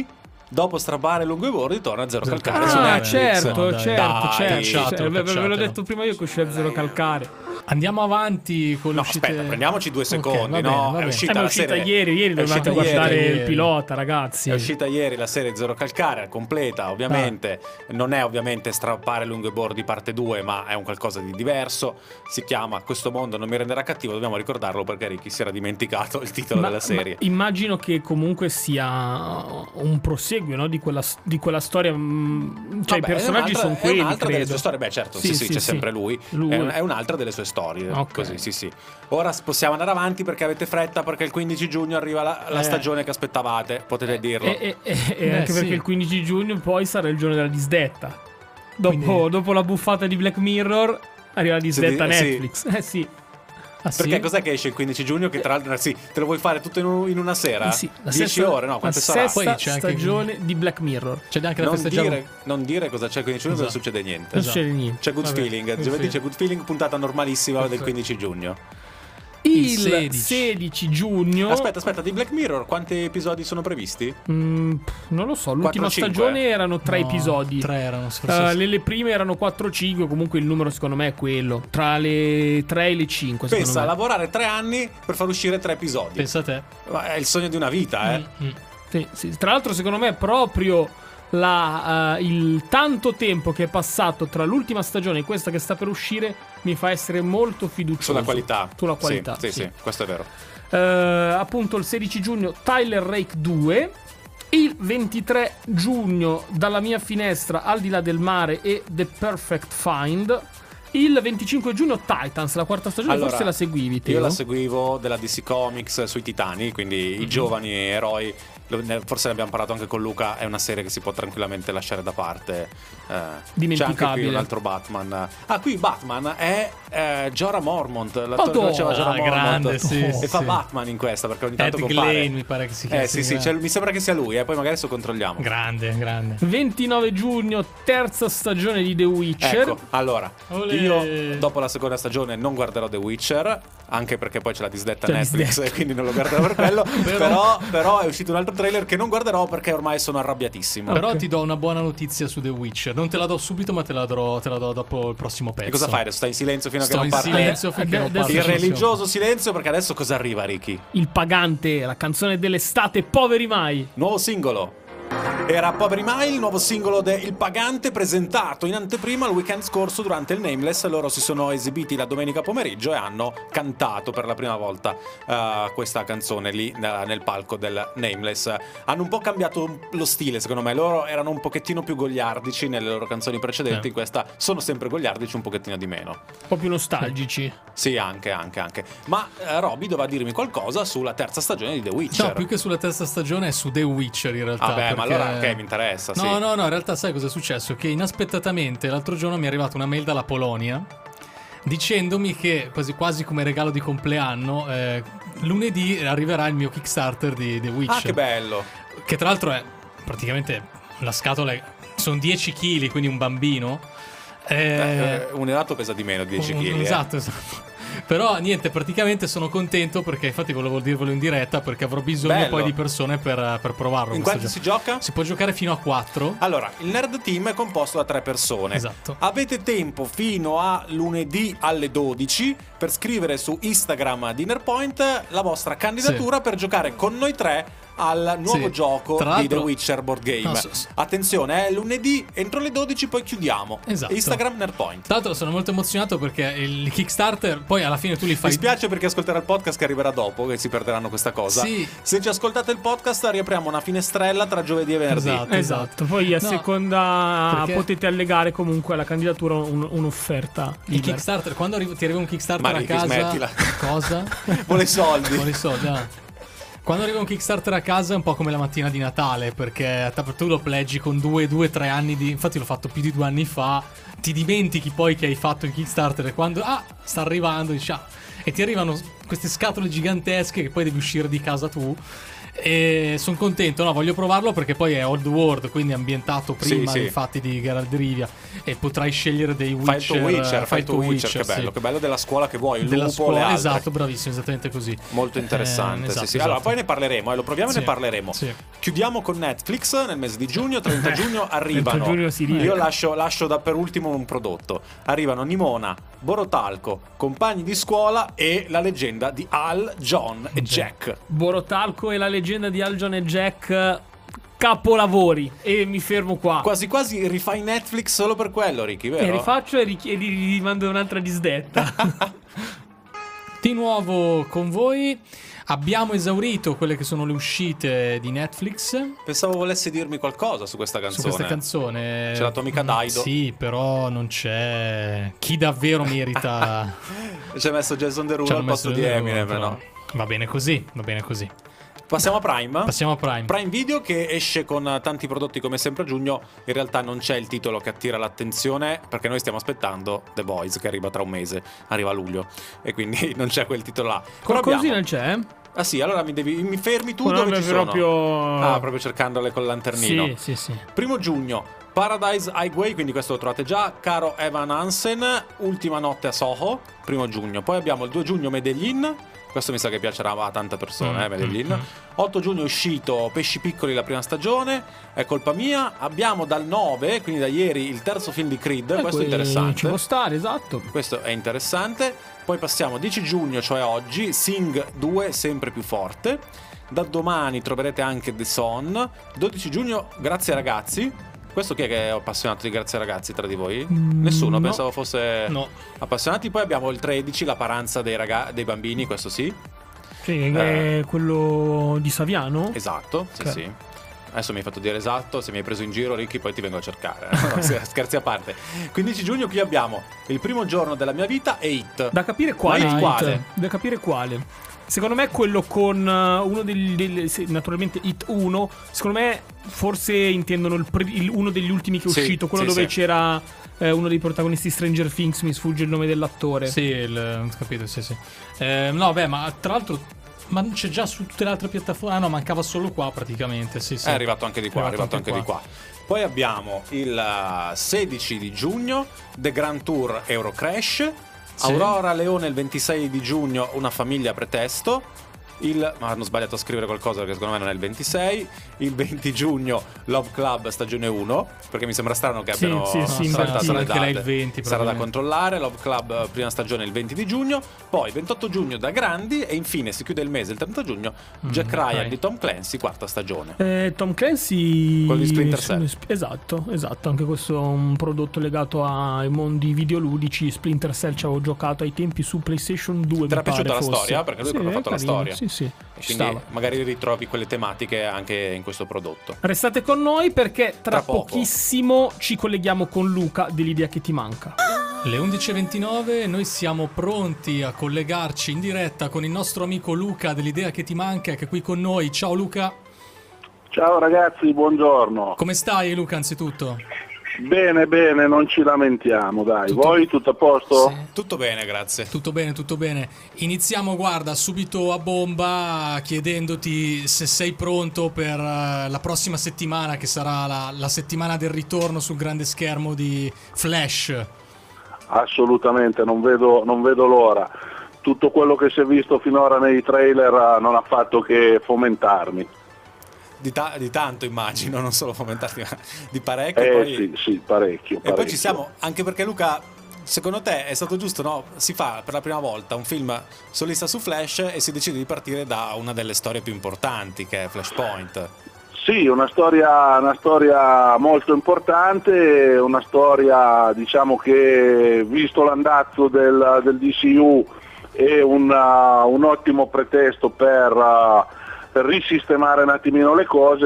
Speaker 3: dopo strappare lungo i bordi torna a Zero Calcare su
Speaker 2: Ah,
Speaker 3: Netflix.
Speaker 2: certo,
Speaker 1: Dai.
Speaker 2: certo. Ve l'ho
Speaker 1: Cacciatelo.
Speaker 2: detto prima io che uscirà Zero Calcare.
Speaker 1: Andiamo avanti con le
Speaker 3: No,
Speaker 1: uscite.
Speaker 3: aspetta, prendiamoci 2
Speaker 1: Ok,
Speaker 3: secondi,
Speaker 1: va bene,
Speaker 3: no?
Speaker 1: va
Speaker 3: È
Speaker 1: bene.
Speaker 3: uscita
Speaker 2: Ma è
Speaker 3: la
Speaker 2: uscita
Speaker 3: serie.
Speaker 2: ieri
Speaker 3: è
Speaker 2: dovevate
Speaker 3: uscita
Speaker 2: guardare
Speaker 1: ieri.
Speaker 2: il pilota, ragazzi.
Speaker 3: È uscita ieri la serie Zero Calcare completa, ovviamente. Non è ovviamente strappare lungo i bordi parte 2, ma è un qualcosa di diverso. Si chiama Questo mondo non mi renderà cattivo, dobbiamo ricordarlo perché Ricky si era dimenticato il titolo della serie.
Speaker 2: Ma immagino che comunque sia un proseguio, no, di quella storia. Cioè,
Speaker 3: Vabbè,
Speaker 2: i personaggi sono quelli,
Speaker 3: è un'altra delle
Speaker 2: credo.
Speaker 3: sue storie. Beh, certo,
Speaker 2: Sì,
Speaker 3: sì,
Speaker 2: sì,
Speaker 3: c'è
Speaker 2: sì.
Speaker 3: sempre lui. È un'altra delle sue storie.
Speaker 2: Ok.
Speaker 3: Così, sì. Ora possiamo andare avanti perché avete fretta, perché il 15 giugno arriva la stagione che aspettavate, potete dirlo.
Speaker 2: E anche
Speaker 1: sì.
Speaker 2: perché il 15 giugno poi sarà il giorno della disdetta. Dopo la buffata di Black Mirror arriva la disdetta
Speaker 3: Sì.
Speaker 2: Netflix. Sì.
Speaker 1: Ah, sì?
Speaker 3: Perché cos'è che esce il 15 giugno? Che tra l'altro, sì, te lo vuoi fare tutto in una sera?
Speaker 2: Sì,
Speaker 3: 10 ore, no? Quante
Speaker 2: la
Speaker 3: sarà?
Speaker 2: sesta
Speaker 1: Poi c'è anche-
Speaker 2: stagione di Black Mirror.
Speaker 1: C'è anche da festeggiare.
Speaker 3: Non dire cosa c'è il 15 giugno, non
Speaker 1: Esatto.
Speaker 3: succede niente.
Speaker 2: Non succede niente.
Speaker 3: C'è Good
Speaker 1: Vabbè,
Speaker 3: Feeling,
Speaker 1: sì,
Speaker 3: giovedì
Speaker 1: sì.
Speaker 3: c'è Good Feeling, puntata normalissima del 15 giugno.
Speaker 2: Il
Speaker 1: 16.
Speaker 2: 16 giugno.
Speaker 3: Aspetta, di Black Mirror quanti episodi sono previsti?
Speaker 2: Non lo so, l'ultima
Speaker 3: 4-5?
Speaker 2: stagione erano 3
Speaker 1: No,
Speaker 2: episodi.
Speaker 1: 3 erano forse.
Speaker 2: Le prime erano 4-5, comunque il numero secondo me è quello. Tra le 3 e le 5,
Speaker 3: Pensa a
Speaker 2: secondo me.
Speaker 3: lavorare 3 anni per far uscire 3 episodi.
Speaker 1: Pensa a te.
Speaker 3: Ma è il sogno di una vita, eh.
Speaker 2: Sì. Tra l'altro secondo me proprio il tanto tempo che è passato tra l'ultima stagione e questa che sta per uscire mi fa essere molto fiducioso
Speaker 3: Sulla qualità.
Speaker 2: Sulla qualità,
Speaker 3: Sì, questo è vero.
Speaker 2: appunto il 16 giugno Tyler Rake 2. Il 23 giugno Dalla mia finestra al di là del mare e The Perfect Find. Il 25 giugno Titans, la quarta stagione.
Speaker 3: Allora,
Speaker 2: forse la seguivi, Teo?
Speaker 3: Io la seguivo della DC Comics sui Titani, quindi i giovani eroi. Forse ne abbiamo parlato anche con Luca. È una serie che si può tranquillamente lasciare da parte. C'è anche
Speaker 2: Dimenticabile.
Speaker 3: qui un altro Batman. Qui Batman è Jorah Mormont, l'attore che
Speaker 2: Madonna,
Speaker 3: faceva Jorah Mormont.
Speaker 1: grande, sì,
Speaker 3: E fa
Speaker 1: sì.
Speaker 3: Batman in questa perché ogni tanto
Speaker 1: Ed
Speaker 3: compare.
Speaker 1: Glane mi pare che si chiami.
Speaker 3: Sì, mi sembra che sia lui, poi magari adesso controlliamo.
Speaker 1: Grande.
Speaker 2: 29 giugno terza stagione di The Witcher.
Speaker 3: Ecco, allora,
Speaker 1: Olè.
Speaker 3: io dopo la seconda stagione non guarderò The Witcher, anche perché poi c'è la disdetta
Speaker 2: C'è
Speaker 3: Netflix
Speaker 2: disdetta.
Speaker 3: e quindi non lo guarderò per quello. però è uscito un altro trailer che non guarderò perché ormai sono arrabbiatissimo.
Speaker 1: Però
Speaker 2: Ok.
Speaker 1: ti do una buona notizia su The Witcher. Non te la do subito, ma te la do dopo il prossimo pezzo.
Speaker 3: E cosa fai adesso? Stai in silenzio fino a che
Speaker 1: Sto
Speaker 3: non
Speaker 1: in
Speaker 3: parli?
Speaker 1: silenzio finché non
Speaker 2: Adesso-
Speaker 1: parlo.
Speaker 3: Il religioso silenzio, perché adesso cosa arriva, Ricky?
Speaker 2: Il pagante, la canzone dell'estate, poveri mai.
Speaker 3: Nuovo singolo. Era Poveri Mai, il nuovo singolo de Il Pagante, presentato in anteprima il weekend scorso durante il Nameless. Loro si sono esibiti la domenica pomeriggio e hanno cantato per la prima volta questa canzone lì nel palco del Nameless. Hanno un po' cambiato lo stile, secondo me. Loro erano un pochettino più goliardici nelle loro canzoni precedenti. In questa sono sempre goliardici, un pochettino di meno.
Speaker 2: Un po' più nostalgici.
Speaker 3: Sì, anche. Ma Robby doveva dirmi qualcosa sulla terza stagione di The Witcher.
Speaker 1: No, più che sulla terza stagione è su The Witcher in realtà.
Speaker 3: Vabbè, ma
Speaker 1: perché-
Speaker 3: allora ok, mi interessa, sì.
Speaker 1: No, in realtà sai cosa è successo? Che inaspettatamente l'altro giorno mi è arrivata una mail dalla Polonia dicendomi che quasi come regalo di compleanno lunedì arriverà il mio Kickstarter di The Witcher.
Speaker 3: Ah, che bello.
Speaker 1: Che tra l'altro è praticamente la scatola sono 10 kg, quindi un bambino.
Speaker 3: Un elato pesa di meno di 10 kg.
Speaker 1: Esatto. Però niente, praticamente sono contento perché infatti volevo dirvelo in diretta perché avrò bisogno
Speaker 3: Bello.
Speaker 1: poi di persone per provarlo.
Speaker 3: In
Speaker 1: questo
Speaker 3: quanti
Speaker 1: gioco.
Speaker 3: si gioca?
Speaker 1: Si può giocare fino a 4.
Speaker 3: Allora, il Nerd Team è composto da 3 persone.
Speaker 1: Esatto.
Speaker 3: Avete tempo fino a lunedì alle 12 per scrivere su Instagram di Nerpoint la vostra candidatura per giocare con noi 3 al nuovo
Speaker 1: Sì.
Speaker 3: gioco
Speaker 1: Tra
Speaker 3: di The
Speaker 1: l'altro-
Speaker 3: Witcher Board Game.
Speaker 1: No,
Speaker 3: Attenzione, è lunedì entro le 12, poi chiudiamo.
Speaker 1: Esatto.
Speaker 3: Instagram Nerpoint.
Speaker 1: Tra l'altro sono molto emozionato perché il Kickstarter poi alla fine tu li
Speaker 3: Mi
Speaker 1: fai.
Speaker 3: spiace perché ascolterà il podcast che arriverà dopo, che si perderanno questa cosa.
Speaker 1: Sì.
Speaker 3: Se ci ascoltate il podcast, riapriamo una finestrella tra giovedì e venerdì.
Speaker 1: Esatto.
Speaker 2: Poi a
Speaker 1: No,
Speaker 2: seconda
Speaker 1: perché-
Speaker 2: potete allegare comunque alla candidatura un'offerta.
Speaker 1: Il
Speaker 2: libera.
Speaker 1: Kickstarter, quando ti arriva un Kickstarter
Speaker 3: Ma
Speaker 1: a
Speaker 3: Ricky,
Speaker 1: casa.
Speaker 3: smettila.
Speaker 1: Cosa?
Speaker 3: Vuole i soldi.
Speaker 1: Vuole i soldi, ah. Quando arriva un Kickstarter a casa è un po' come la mattina di Natale, perché tu lo pleggi con 2-3 anni di. Infatti l'ho fatto più di 2 anni fa. Ti dimentichi poi che hai fatto il Kickstarter e quando sta arrivando dici, e ti arrivano queste scatole gigantesche che poi devi uscire di casa tu. E sono contento, no, voglio provarlo perché poi è old world, quindi è ambientato prima dei fatti di Geralt di Rivia, e potrai scegliere dei Witcher.
Speaker 3: Fai il tuo Witcher, che bello della scuola che vuoi, il
Speaker 1: della
Speaker 3: lupo,
Speaker 1: scuola,
Speaker 3: le altre.
Speaker 1: Esatto, bravissimo, esattamente così.
Speaker 3: Molto interessante.
Speaker 1: Esatto,
Speaker 3: sì.
Speaker 1: esatto.
Speaker 3: Allora poi ne parleremo, lo proviamo e ne parleremo.
Speaker 1: Sì.
Speaker 3: Chiudiamo con Netflix nel mese di giugno, 30 giugno arrivano.
Speaker 2: 30 giugno si ride.
Speaker 3: Io lascio da per ultimo un prodotto. Arrivano Nimona, Borotalco, Compagni di scuola e la leggenda di Al, John e Jack.
Speaker 2: Borotalco e la leggenda di Al, John e Jack, capolavori, e mi fermo qua.
Speaker 3: Quasi quasi rifai Netflix solo per quello, Ricky, vero?
Speaker 2: E rifaccio e gli mando un'altra disdetta.
Speaker 1: Di nuovo con voi. Abbiamo esaurito quelle che sono le uscite di Netflix.
Speaker 3: Pensavo volessi dirmi qualcosa su questa canzone.
Speaker 1: Su questa canzone
Speaker 3: c'è la tua amica Daido.
Speaker 1: Sì, però non c'è chi davvero merita.
Speaker 3: Ci ha messo Jason Derulo al posto di Eminem, no?
Speaker 1: Va bene così, va bene così.
Speaker 3: Passiamo a Prime.
Speaker 1: Passiamo a Prime.
Speaker 3: Prime Video, che esce con tanti prodotti come sempre a giugno. In realtà non c'è il titolo che attira l'attenzione, perché noi stiamo aspettando The Boys, che arriva tra un mese, arriva a luglio, e quindi non c'è quel titolo là.
Speaker 2: Qualcosina c'è?
Speaker 3: Ah sì, allora mi fermi tu,
Speaker 2: Con
Speaker 3: dove ci sono?
Speaker 2: Proprio...
Speaker 3: Ah, proprio cercandole col lanternino.
Speaker 2: Sì.
Speaker 3: Primo giugno, Paradise Highway, quindi questo lo trovate già. Caro Evan Hansen, Ultima notte a Soho, primo giugno. Poi abbiamo il 2 giugno Medellin. Questo mi sa che piacerà a tante persone, Medellin. 8 giugno è uscito Pesci piccoli, la prima stagione, è colpa mia. Abbiamo dal 9, quindi da ieri, il terzo film di Creed, questo è interessante.
Speaker 2: Ci può stare, esatto.
Speaker 3: Questo è interessante. Poi passiamo 10 giugno, cioè oggi, Sing 2, sempre più forte. Da domani troverete anche The Son. 12 giugno, Grazie ragazzi. Questo chi è che è appassionato di Grazie ragazzi tra di voi? Nessuno,
Speaker 2: no.
Speaker 3: Pensavo fosse appassionati. Poi abbiamo il 13, La paranza dei bambini, questo sì.
Speaker 2: Sì, è quello di Saviano?
Speaker 3: Esatto,
Speaker 2: Okay.
Speaker 3: sì. Adesso mi hai fatto dire esatto, se mi hai preso in giro, Ricky, poi ti vengo a cercare. No, scherzi a parte. 15 giugno qui abbiamo Il primo giorno della mia vita e It.
Speaker 2: Da capire quale.
Speaker 3: Ma It quale?
Speaker 2: Da capire quale. Secondo me quello con uno naturalmente It 1. Secondo me forse intendono uno degli ultimi che è uscito, quello dove c'era uno dei protagonisti Stranger Things, mi sfugge il nome dell'attore.
Speaker 1: Sì, ho capito, sì. No, beh, ma tra l'altro ma c'è già su tutte le altre piattaforme. Ah no, mancava solo qua praticamente, sì.
Speaker 3: È arrivato anche di qua, di qua. Poi abbiamo il 16 di giugno The Grand Tour Eurocrash. Sì. Aurora Leone il 26 di giugno, Una famiglia a pretesto. Ma hanno sbagliato a scrivere qualcosa perché secondo me non è il 26. Il 20 giugno Love Club stagione 1, perché mi sembra strano che abbiano saltato le date.
Speaker 1: Il 20,
Speaker 3: sarà da controllare. Love Club prima stagione il 20 di giugno. Poi 28 giugno Da Grandi. E infine si chiude il mese il 30 giugno Jack Ryan di Tom Clancy, quarta stagione.
Speaker 2: Tom Clancy,
Speaker 3: quello di Splinter Cell.
Speaker 2: Esatto. Anche questo è un prodotto legato ai mondi videoludici. Splinter Cell ci avevo giocato ai tempi su PlayStation 2.
Speaker 3: Ti era piaciuta la storia? Perché lui ha proprio fatto la storia.
Speaker 2: Sì.
Speaker 3: Quindi magari ritrovi quelle tematiche anche in questo prodotto.
Speaker 2: Restate con noi perché tra pochissimo ci colleghiamo con Luca dell'idea che ti manca.
Speaker 1: Le 11.29, noi siamo pronti a collegarci in diretta con il nostro amico Luca dell'idea che ti manca, che è qui con noi. Ciao Luca.
Speaker 4: Ciao ragazzi, buongiorno.
Speaker 1: Come stai Luca anzitutto?
Speaker 4: Bene, non ci lamentiamo, dai. Voi tutto a posto?
Speaker 1: Sì.
Speaker 3: Tutto bene, grazie.
Speaker 1: Tutto bene. Iniziamo, guarda, subito a bomba chiedendoti se sei pronto per la prossima settimana, che sarà la settimana del ritorno sul grande schermo di Flash.
Speaker 4: Assolutamente, non vedo l'ora. Tutto quello che si è visto finora nei trailer non ha fatto che fomentarmi.
Speaker 3: Di tanto immagino, non solo fomentarti, ma di parecchio.
Speaker 4: Sì, parecchio.
Speaker 3: E poi ci siamo, anche perché Luca, secondo te è stato giusto, no? Si fa per la prima volta un film solista su Flash e si decide di partire da una delle storie più importanti, che è Flashpoint.
Speaker 4: Sì, una storia molto importante, una storia, diciamo, che visto l'andazzo del DCU è un ottimo pretesto per risistemare un attimino le cose,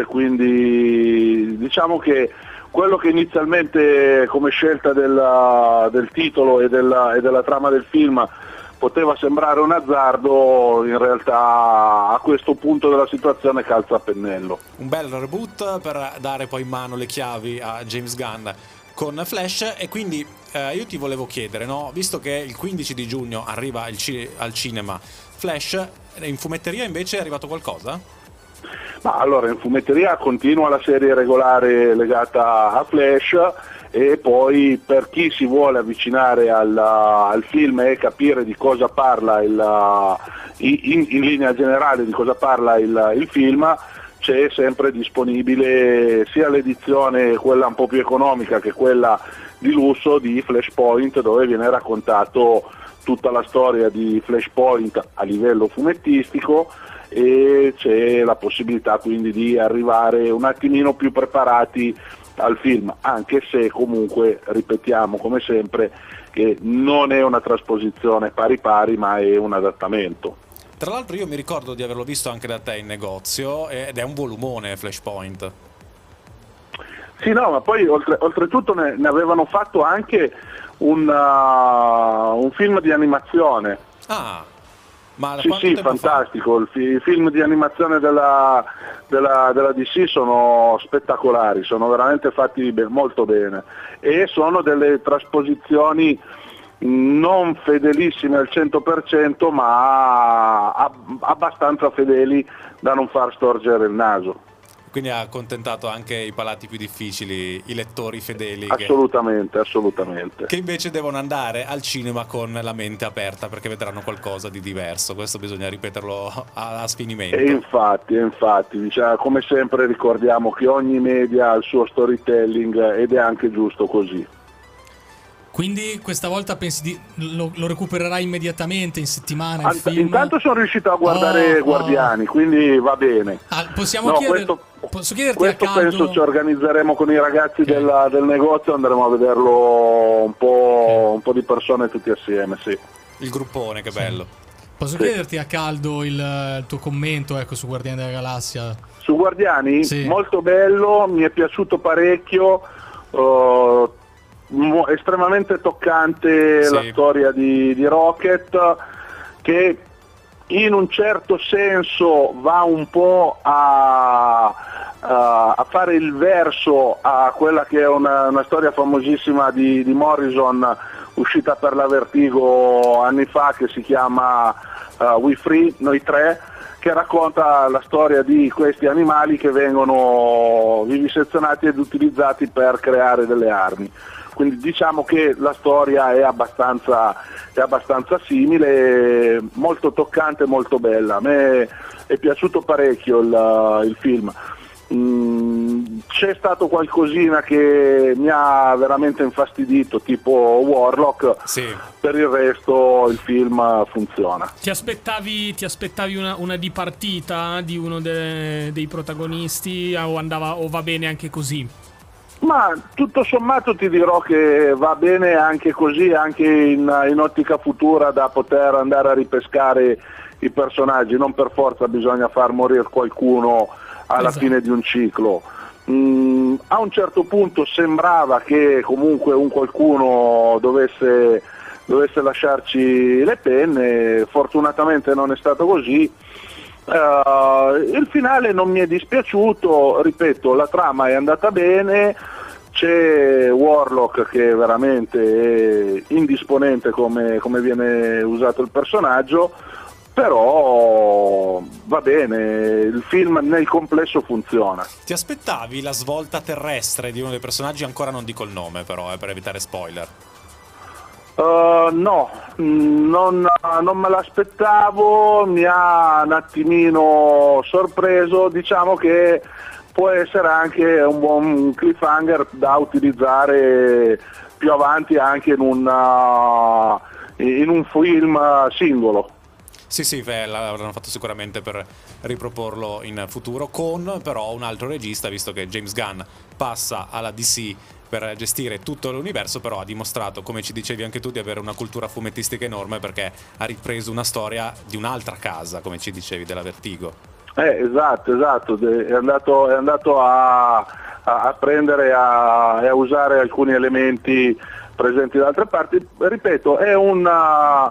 Speaker 4: quindi diciamo che quello che inizialmente come scelta del titolo e della trama del film poteva sembrare un azzardo, in realtà a questo punto della situazione calza a pennello.
Speaker 3: Un bel reboot per dare poi in mano le chiavi a James Gunn. con Flash. E quindi io ti volevo chiedere, no? Visto che il 15 di giugno arriva al cinema Flash, in fumetteria invece è arrivato qualcosa?
Speaker 4: Ma allora, in fumetteria continua la serie regolare legata a Flash, e poi per chi si vuole avvicinare al film e capire di cosa parla in linea generale di cosa parla il film, c'è sempre disponibile sia l'edizione, quella un po' più economica, che quella di lusso di Flashpoint, dove viene raccontato tutta la storia di Flashpoint a livello fumettistico, e c'è la possibilità quindi di arrivare un attimino più preparati al film, anche se comunque ripetiamo come sempre che non è una trasposizione pari pari, ma è un adattamento.
Speaker 3: Tra l'altro io mi ricordo di averlo visto anche da te in negozio, ed è un volumone Flashpoint.
Speaker 4: Sì, no, ma poi oltretutto ne avevano fatto anche un film di animazione.
Speaker 3: Ah, ma
Speaker 4: sì, fantastico. I film di animazione della DC sono spettacolari, sono veramente fatti molto bene, e sono delle trasposizioni non fedelissime al 100%, ma abbastanza fedeli da non far storgere il naso.
Speaker 3: Quindi ha accontentato anche i palati più difficili, i lettori fedeli.
Speaker 4: Assolutamente.
Speaker 3: Che invece devono andare al cinema con la mente aperta, perché vedranno qualcosa di diverso. Questo bisogna ripeterlo a sfinimento.
Speaker 4: E infatti, diciamo, come sempre ricordiamo che ogni media ha il suo storytelling, ed è anche giusto così.
Speaker 1: Quindi questa volta pensi lo recupererai immediatamente in settimana il film?
Speaker 4: Intanto sono riuscito a guardare Guardiani, quindi va bene.
Speaker 1: Posso chiederti
Speaker 4: questo
Speaker 1: a caldo...
Speaker 4: penso ci organizzeremo con i ragazzi del negozio, andremo a vederlo un po' di persone tutti assieme, sì.
Speaker 3: Il gruppone, che bello.
Speaker 1: Posso chiederti a caldo il tuo commento, ecco, su Guardiani della Galassia?
Speaker 4: Su Guardiani?
Speaker 1: Sì.
Speaker 4: Molto bello, mi è piaciuto parecchio, estremamente toccante, sì. La storia di Rocket, che in un certo senso va un po' a fare il verso a quella che è una storia famosissima di Morrison, uscita per la Vertigo anni fa, che si chiama We Free, Noi Tre, che racconta la storia di questi animali che vengono vivisezionati ed utilizzati per creare delle armi. Quindi diciamo che la storia è abbastanza simile, molto toccante, molto bella. A me è piaciuto parecchio il film. C'è stato qualcosina che mi ha veramente infastidito, tipo Warlock.
Speaker 2: Sì.
Speaker 4: Per il resto il film funziona.
Speaker 2: Ti aspettavi una dipartita di uno dei protagonisti, o va bene anche così?
Speaker 4: Ma tutto sommato ti dirò che va bene anche così, anche in ottica futura, da poter andare a ripescare i personaggi. Non per forza bisogna far morire qualcuno alla fine di un ciclo. A un certo punto sembrava che comunque un qualcuno dovesse lasciarci le penne, fortunatamente non è stato così. Il finale non mi è dispiaciuto, ripeto, la trama è andata bene, c'è Warlock che veramente è indisponente come viene usato il personaggio, però va bene, il film nel complesso funziona.
Speaker 3: Ti aspettavi la svolta terrestre di uno dei personaggi? Ancora non dico il nome, però, per evitare spoiler.
Speaker 4: No, non me l'aspettavo, mi ha un attimino sorpreso. Diciamo che può essere anche un buon cliffhanger da utilizzare più avanti anche in un film singolo.
Speaker 3: Sì, l'avranno fatto sicuramente per riproporlo in futuro, con però un altro regista, visto che James Gunn passa alla DC per gestire tutto l'universo, però ha dimostrato, come ci dicevi anche tu, di avere una cultura fumettistica enorme, perché ha ripreso una storia di un'altra casa, come ci dicevi, della Vertigo.
Speaker 4: Esatto, è andato a prendere e a usare alcuni elementi presenti da altre parti. Ripeto, è un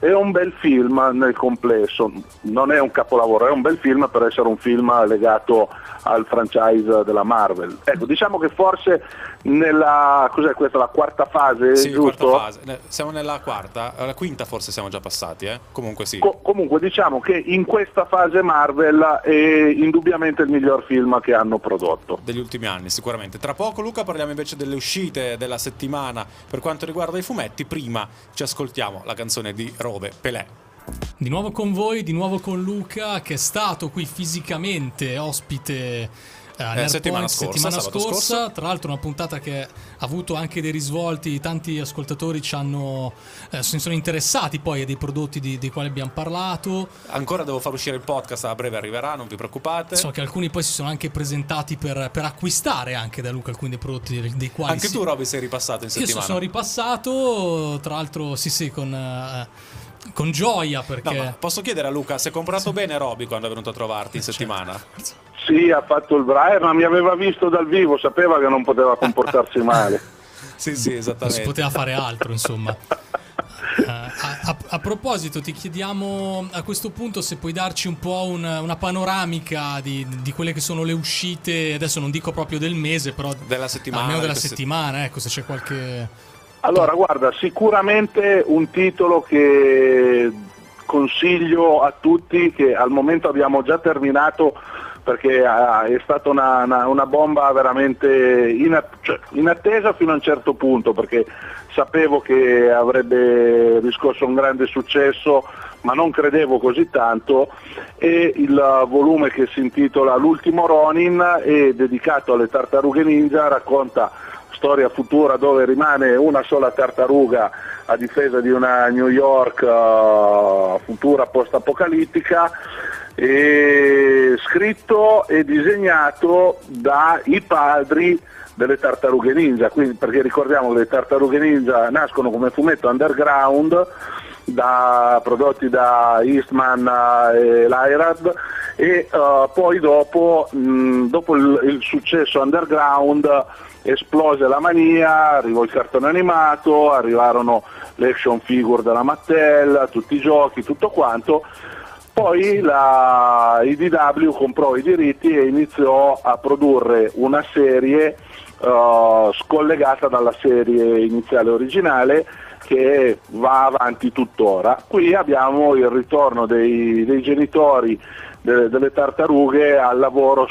Speaker 4: è un bel film nel complesso, non è un capolavoro, è un bel film per essere un film legato al franchise della Marvel. Ecco, diciamo che forse cos'è questa, la quarta fase,
Speaker 3: sì,
Speaker 4: giusto?
Speaker 3: Quarta fase. Siamo nella quarta, alla quinta forse siamo già passati, comunque sì.
Speaker 4: Comunque diciamo che in questa fase Marvel è indubbiamente il miglior film che hanno prodotto.
Speaker 3: Degli ultimi anni, sicuramente. Tra poco, Luca, parliamo invece delle uscite della settimana per quanto riguarda i fumetti. Prima ci ascoltiamo la canzone di Robe Pelé.
Speaker 1: Di nuovo con voi, di nuovo con Luca, che è stato qui fisicamente ospite
Speaker 3: settimana scorsa.
Speaker 1: Tra l'altro una puntata che ha avuto anche dei risvolti, tanti ascoltatori si sono interessati poi a dei prodotti dei quali abbiamo parlato.
Speaker 3: Ancora devo far uscire il podcast, a breve arriverà, non vi preoccupate.
Speaker 1: So che alcuni poi si sono anche presentati per acquistare anche da Luca alcuni dei prodotti dei quali
Speaker 3: anche tu, Roby, sei ripassato in settimana.
Speaker 1: Io sono ripassato, tra l'altro sì, con gioia, perché...
Speaker 3: No, posso chiedere a Luca se hai comprato bene Roby quando è venuto a trovarti in settimana?
Speaker 4: Sì, ha fatto il bravo, ma mi aveva visto dal vivo, sapeva che non poteva comportarsi male.
Speaker 3: Sì, esattamente.
Speaker 1: Non si poteva fare altro, insomma. A proposito, ti chiediamo a questo punto se puoi darci un po' una panoramica di quelle che sono le uscite, adesso non dico proprio del mese, però
Speaker 3: della settimana,
Speaker 1: almeno della settimana, ecco, se c'è qualche...
Speaker 4: Allora, guarda, sicuramente un titolo che consiglio a tutti, che al momento abbiamo già terminato perché è stata una bomba veramente inattesa fino a un certo punto, perché sapevo che avrebbe riscosso un grande successo, ma non credevo così tanto, e il volume che si intitola L'ultimo Ronin è dedicato alle tartarughe ninja, racconta storia futura dove rimane una sola tartaruga a difesa di una New York futura post-apocalittica, e scritto e disegnato dai padri delle tartarughe ninja, quindi, perché ricordiamo che le tartarughe ninja nascono come fumetto underground prodotti da Eastman e Lyrad, e poi dopo il successo underground esplose la mania, arrivò il cartone animato, arrivarono le action figure della Mattel, tutti i giochi, tutto quanto. Poi IDW comprò i diritti e iniziò a produrre una serie scollegata dalla serie iniziale originale, che va avanti tuttora. Qui abbiamo il ritorno dei genitori delle tartarughe al lavoro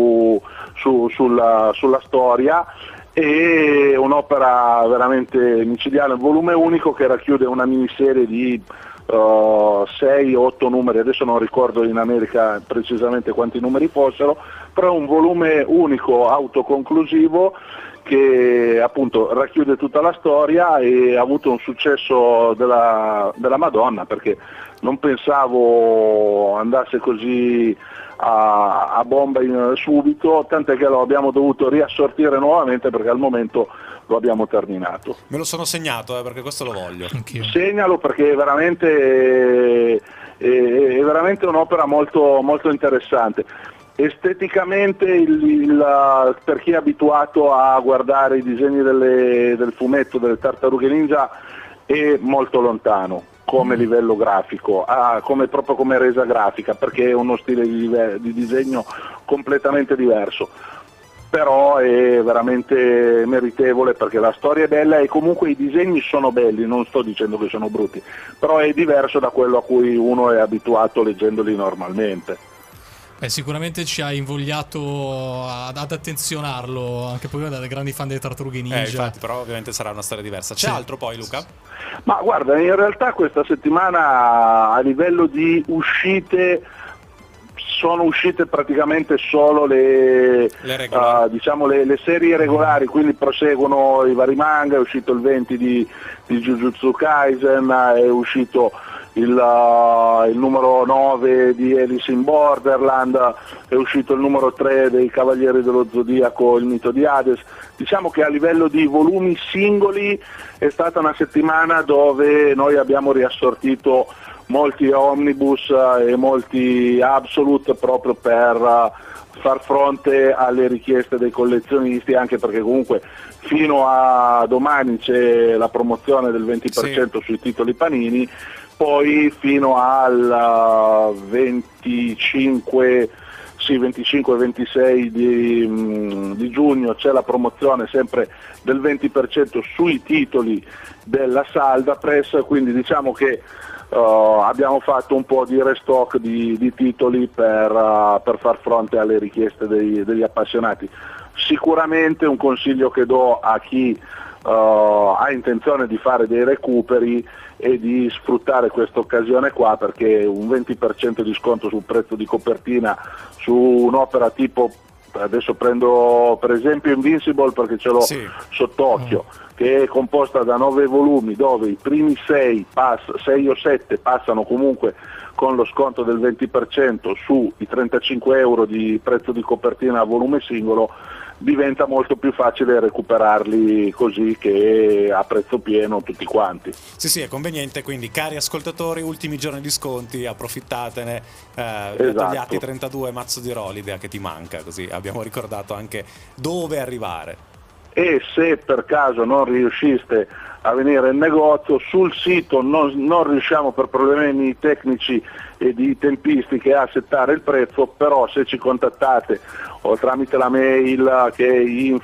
Speaker 4: sulla storia, e un'opera veramente micidiale, un volume unico che racchiude una miniserie di 6-8 numeri, adesso non ricordo in America precisamente quanti numeri fossero, però è un volume unico autoconclusivo che appunto racchiude tutta la storia, e ha avuto un successo della Madonna, perché non pensavo andasse così a bomba subito, tant'è che lo abbiamo dovuto riassortire nuovamente perché al momento lo abbiamo terminato.
Speaker 3: Me lo sono segnato perché questo lo voglio.
Speaker 1: Anch'io.
Speaker 4: Segnalo, perché è veramente un'opera molto, molto interessante. Esteticamente per chi è abituato a guardare i disegni del fumetto delle tartarughe ninja è molto lontano come livello grafico, proprio come resa grafica, perché è uno stile di disegno completamente diverso, però è veramente meritevole perché la storia è bella e comunque i disegni sono belli, non sto dicendo che sono brutti, però è diverso da quello a cui uno è abituato leggendoli normalmente.
Speaker 1: Sicuramente ci ha invogliato ad attenzionarlo, anche poi da grandi fan delle tartarughe ninja.
Speaker 3: Infatti, però ovviamente sarà una storia diversa. C'è altro poi, Luca?
Speaker 4: Ma guarda, in realtà questa settimana a livello di uscite sono uscite praticamente solo le serie regolari, quindi proseguono i vari manga. È uscito il 20 di Jujutsu Kaisen, è uscito il numero 9 di Alice in Borderland, è uscito il numero 3 dei Cavalieri dello Zodiaco, il mito di Hades. Diciamo che a livello di volumi singoli è stata una settimana dove noi abbiamo riassortito molti omnibus e molti absolute proprio per far fronte alle richieste dei collezionisti, anche perché comunque fino a domani c'è la promozione del 20% sui titoli Panini, poi fino al 25 e 26 di giugno c'è la promozione sempre del 20% sui titoli della Salda Press, quindi diciamo che abbiamo fatto un po' di restock di titoli per far fronte alle richieste degli appassionati. Sicuramente un consiglio che do a chi ha intenzione di fare dei recuperi e di sfruttare questa occasione qua, perché un 20% di sconto sul prezzo di copertina su un'opera tipo, adesso prendo per esempio Invincible perché ce l'ho sott'occhio, che è composta da 9 volumi dove i primi 6 o 7 passano comunque con lo sconto del 20% sui 35 euro di prezzo di copertina a volume singolo, diventa molto più facile recuperarli così che a prezzo pieno tutti quanti.
Speaker 5: Sì, è conveniente, quindi cari ascoltatori, ultimi giorni di sconti, approfittatene,
Speaker 4: Esatto.
Speaker 5: tagliati 32 mazzo di roll, l'idea che ti manca, così abbiamo ricordato anche dove arrivare.
Speaker 4: E se per caso non riusciste a venire in negozio, sul sito non riusciamo per problemi tecnici e di tempistiche a settare il prezzo, però se ci contattate o tramite la mail che è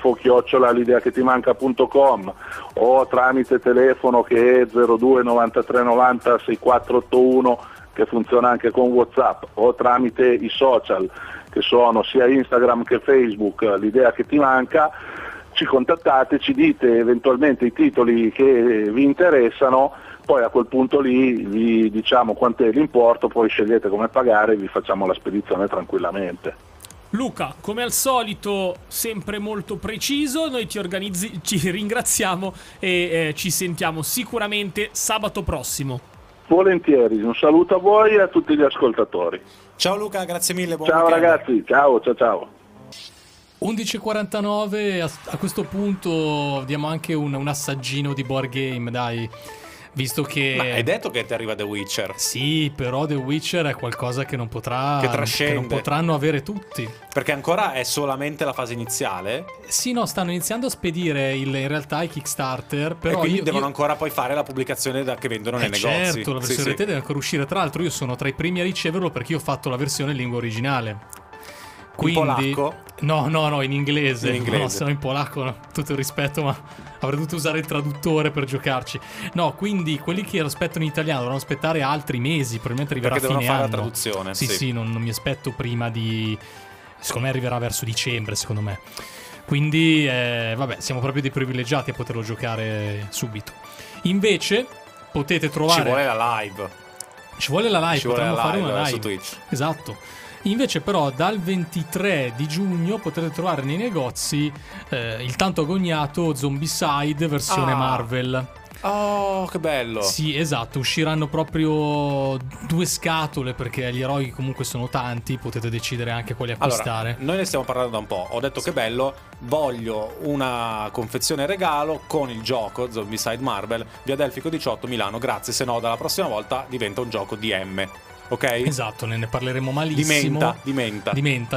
Speaker 4: info@l'ideachetimanca.com o tramite telefono che è 02 93 90 6481 che funziona anche con WhatsApp, o tramite i social che sono sia Instagram che Facebook, l'idea che ti manca, ci contattate, ci dite eventualmente i titoli che vi interessano, poi a quel punto lì vi diciamo quant'è l'importo, poi scegliete come pagare e vi facciamo la spedizione tranquillamente.
Speaker 2: Luca, come al solito, sempre molto preciso, noi ci ringraziamo e ci sentiamo sicuramente sabato prossimo.
Speaker 4: Volentieri, un saluto a voi e a tutti gli ascoltatori.
Speaker 5: Ciao Luca, grazie mille, buon
Speaker 4: Ciao
Speaker 5: weekend.
Speaker 4: ragazzi, ciao.
Speaker 1: 11:49, a questo punto diamo anche un assaggino di board game, dai, visto che...
Speaker 5: Ma hai detto che ti arriva The Witcher?
Speaker 1: Sì, però The Witcher è qualcosa che non
Speaker 5: trascende.
Speaker 1: che non potranno avere tutti.
Speaker 5: Perché ancora è solamente la fase iniziale?
Speaker 1: Sì, no, stanno iniziando a spedire in realtà i Kickstarter, però
Speaker 5: e quindi devono ancora poi fare la pubblicazione che vendono nei negozi.
Speaker 1: Certo, la versione rete deve ancora uscire. Tra l'altro io sono tra i primi a riceverlo perché io ho fatto la versione in lingua originale. Quindi,
Speaker 5: in polacco?
Speaker 1: No, in inglese.
Speaker 5: In inglese.
Speaker 1: No, se no in polacco, no, tutto il rispetto, ma avrei dovuto usare il traduttore per giocarci. No, quindi quelli che lo aspettano in italiano dovranno aspettare altri mesi, probabilmente arriverà
Speaker 5: perché
Speaker 1: a fine
Speaker 5: devono
Speaker 1: anno.
Speaker 5: fare la traduzione.
Speaker 1: Sì, non mi aspetto prima di... Secondo me arriverà verso dicembre, secondo me. Quindi, vabbè, siamo proprio dei privilegiati a poterlo giocare subito. Invece, potete trovare...
Speaker 5: Ci vuole la live.
Speaker 1: Potremmo fare una live
Speaker 5: su Twitch.
Speaker 1: Esatto. Invece però dal 23 di giugno potrete trovare nei negozi il tanto agognato Zombicide versione Marvel.
Speaker 5: Oh, che bello.
Speaker 1: Sì, esatto, usciranno proprio 2 scatole perché gli eroi comunque sono tanti, potete decidere anche quali acquistare.
Speaker 5: Allora, noi ne stiamo parlando da un po', ho detto che bello, voglio una confezione regalo con il gioco Zombicide Marvel, via Delfico 18 Milano, grazie, se no dalla prossima volta diventa un gioco DM. Ok?
Speaker 1: Esatto, ne parleremo malissimo.
Speaker 5: Dimenta.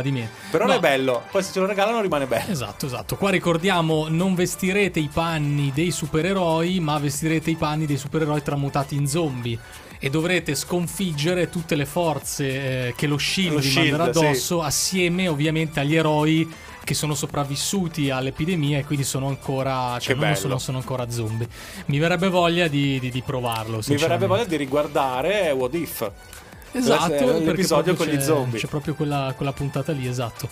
Speaker 1: No.
Speaker 5: Però non è bello, poi se ce lo regalano rimane bello.
Speaker 1: Esatto. Qua ricordiamo, non vestirete i panni dei supereroi, ma vestirete i panni dei supereroi tramutati in zombie. E dovrete sconfiggere tutte le forze che lo Shield vi manderà addosso, sì, assieme ovviamente agli eroi che sono sopravvissuti all'epidemia e quindi sono ancora, non sono ancora zombie. Mi verrebbe voglia di provarlo.
Speaker 5: Mi verrebbe voglia di riguardare What If.
Speaker 1: Esatto,
Speaker 5: l'episodio con gli zombie.
Speaker 1: C'è proprio quella puntata lì, esatto.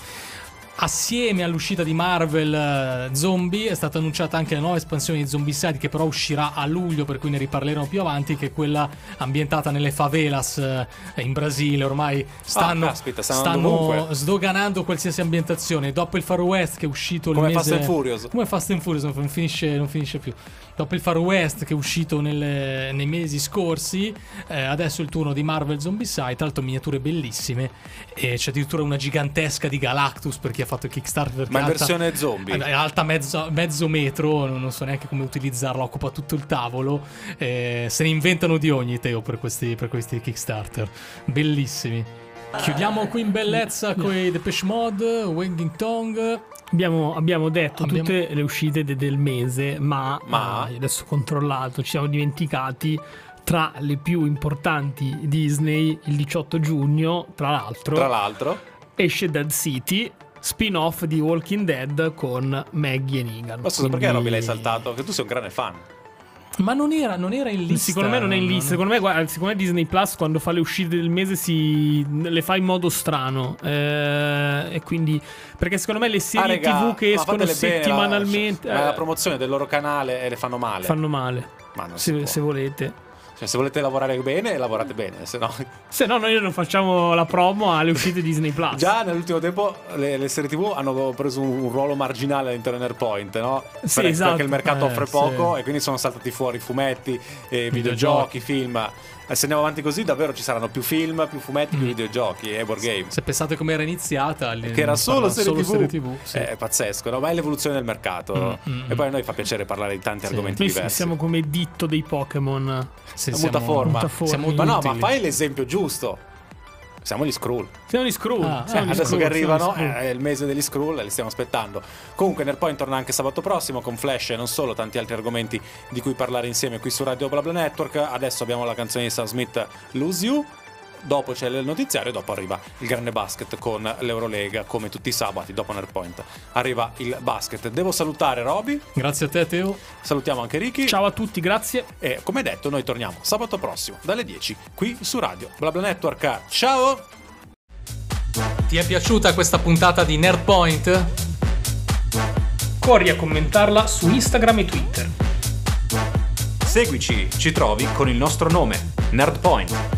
Speaker 1: Assieme all'uscita di Marvel Zombie è stata annunciata anche la nuova espansione di Zombicide, che però uscirà a luglio, per cui ne riparleremo più avanti, che è quella ambientata nelle favelas in Brasile. Ormai stanno sdoganando qualsiasi ambientazione. Dopo il Far West che è uscito
Speaker 5: come
Speaker 1: il mese...
Speaker 5: Fast and Furious.
Speaker 1: Come Fast and Furious, non finisce più. Dopo il Far West che è uscito nei mesi scorsi, adesso è il turno di Marvel Zombicide, tra l'altro miniature bellissime, e c'è addirittura una gigantesca di Galactus per chi ha fatto il Kickstarter.
Speaker 3: Ma in versione zombie?
Speaker 1: È alta mezzo metro, non so neanche come utilizzarla, occupa tutto il tavolo. Se ne inventano di ogni, Teo, per questi Kickstarter. Bellissimi. Chiudiamo qui in bellezza con i Depeche Mode, Wanging Tongue.
Speaker 2: Abbiamo detto tutte le uscite del mese, ma adesso ho controllato, ci siamo dimenticati tra le più importanti Disney. Il 18 giugno, tra l'altro esce Dead City, spin-off di Walking Dead con Maggie e Negan.
Speaker 3: Ma scusa, perché Robby l'hai saltato? Che tu sei un grande fan.
Speaker 1: Ma non era in lista.
Speaker 2: Secondo me non è in lista. Secondo me Disney Plus, quando fa le uscite del mese, le fa in modo strano. E quindi, perché secondo me le serie TV che escono settimanalmente,
Speaker 3: ma la promozione del loro canale e le fanno male. Ma non
Speaker 2: se volete.
Speaker 3: Cioè, se volete lavorare bene, lavorate bene, se no
Speaker 2: noi non facciamo la promo alle uscite Disney Plus.
Speaker 3: Già nell'ultimo tempo le serie TV hanno preso un ruolo marginale all'interno di Nerdpoint, no?
Speaker 2: Sì, esatto.
Speaker 3: Perché il mercato offre poco e quindi sono saltati fuori fumetti, videogiochi, film. Se andiamo avanti così, davvero ci saranno più film, più fumetti, più videogiochi e board game.
Speaker 1: Se pensate come era iniziata,
Speaker 3: che era solo serie TV,
Speaker 1: sì.
Speaker 3: È pazzesco, no? Ma è l'evoluzione del mercato. E poi a noi fa piacere parlare di tanti argomenti diversi.
Speaker 2: Siamo come Ditto dei Pokémon.
Speaker 3: Mutaforma. Ma fai l'esempio giusto. Siamo gli Skrull. Adesso che arrivano è il mese degli Skrull e li stiamo aspettando. Comunque Nerdpoint torna anche sabato prossimo con Flash e non solo, tanti altri argomenti di cui parlare insieme qui su Radio BlaBla Network. Adesso abbiamo la canzone di Sam Smith, Lose You. Dopo c'è il notiziario e dopo arriva il grande basket con l'Eurolega, come tutti i sabati dopo Nerdpoint arriva il basket. Devo salutare Roby.
Speaker 1: Grazie a te, Teo.
Speaker 3: Salutiamo anche Ricky.
Speaker 2: Ciao a tutti, grazie.
Speaker 3: E come detto noi torniamo sabato prossimo dalle 10 qui su Radio BlaBla Network. Ciao.
Speaker 1: Ti è piaciuta questa puntata di Nerdpoint?
Speaker 2: Corri a commentarla su Instagram e Twitter.
Speaker 6: Seguici, ci trovi con il nostro nome, Nerdpoint.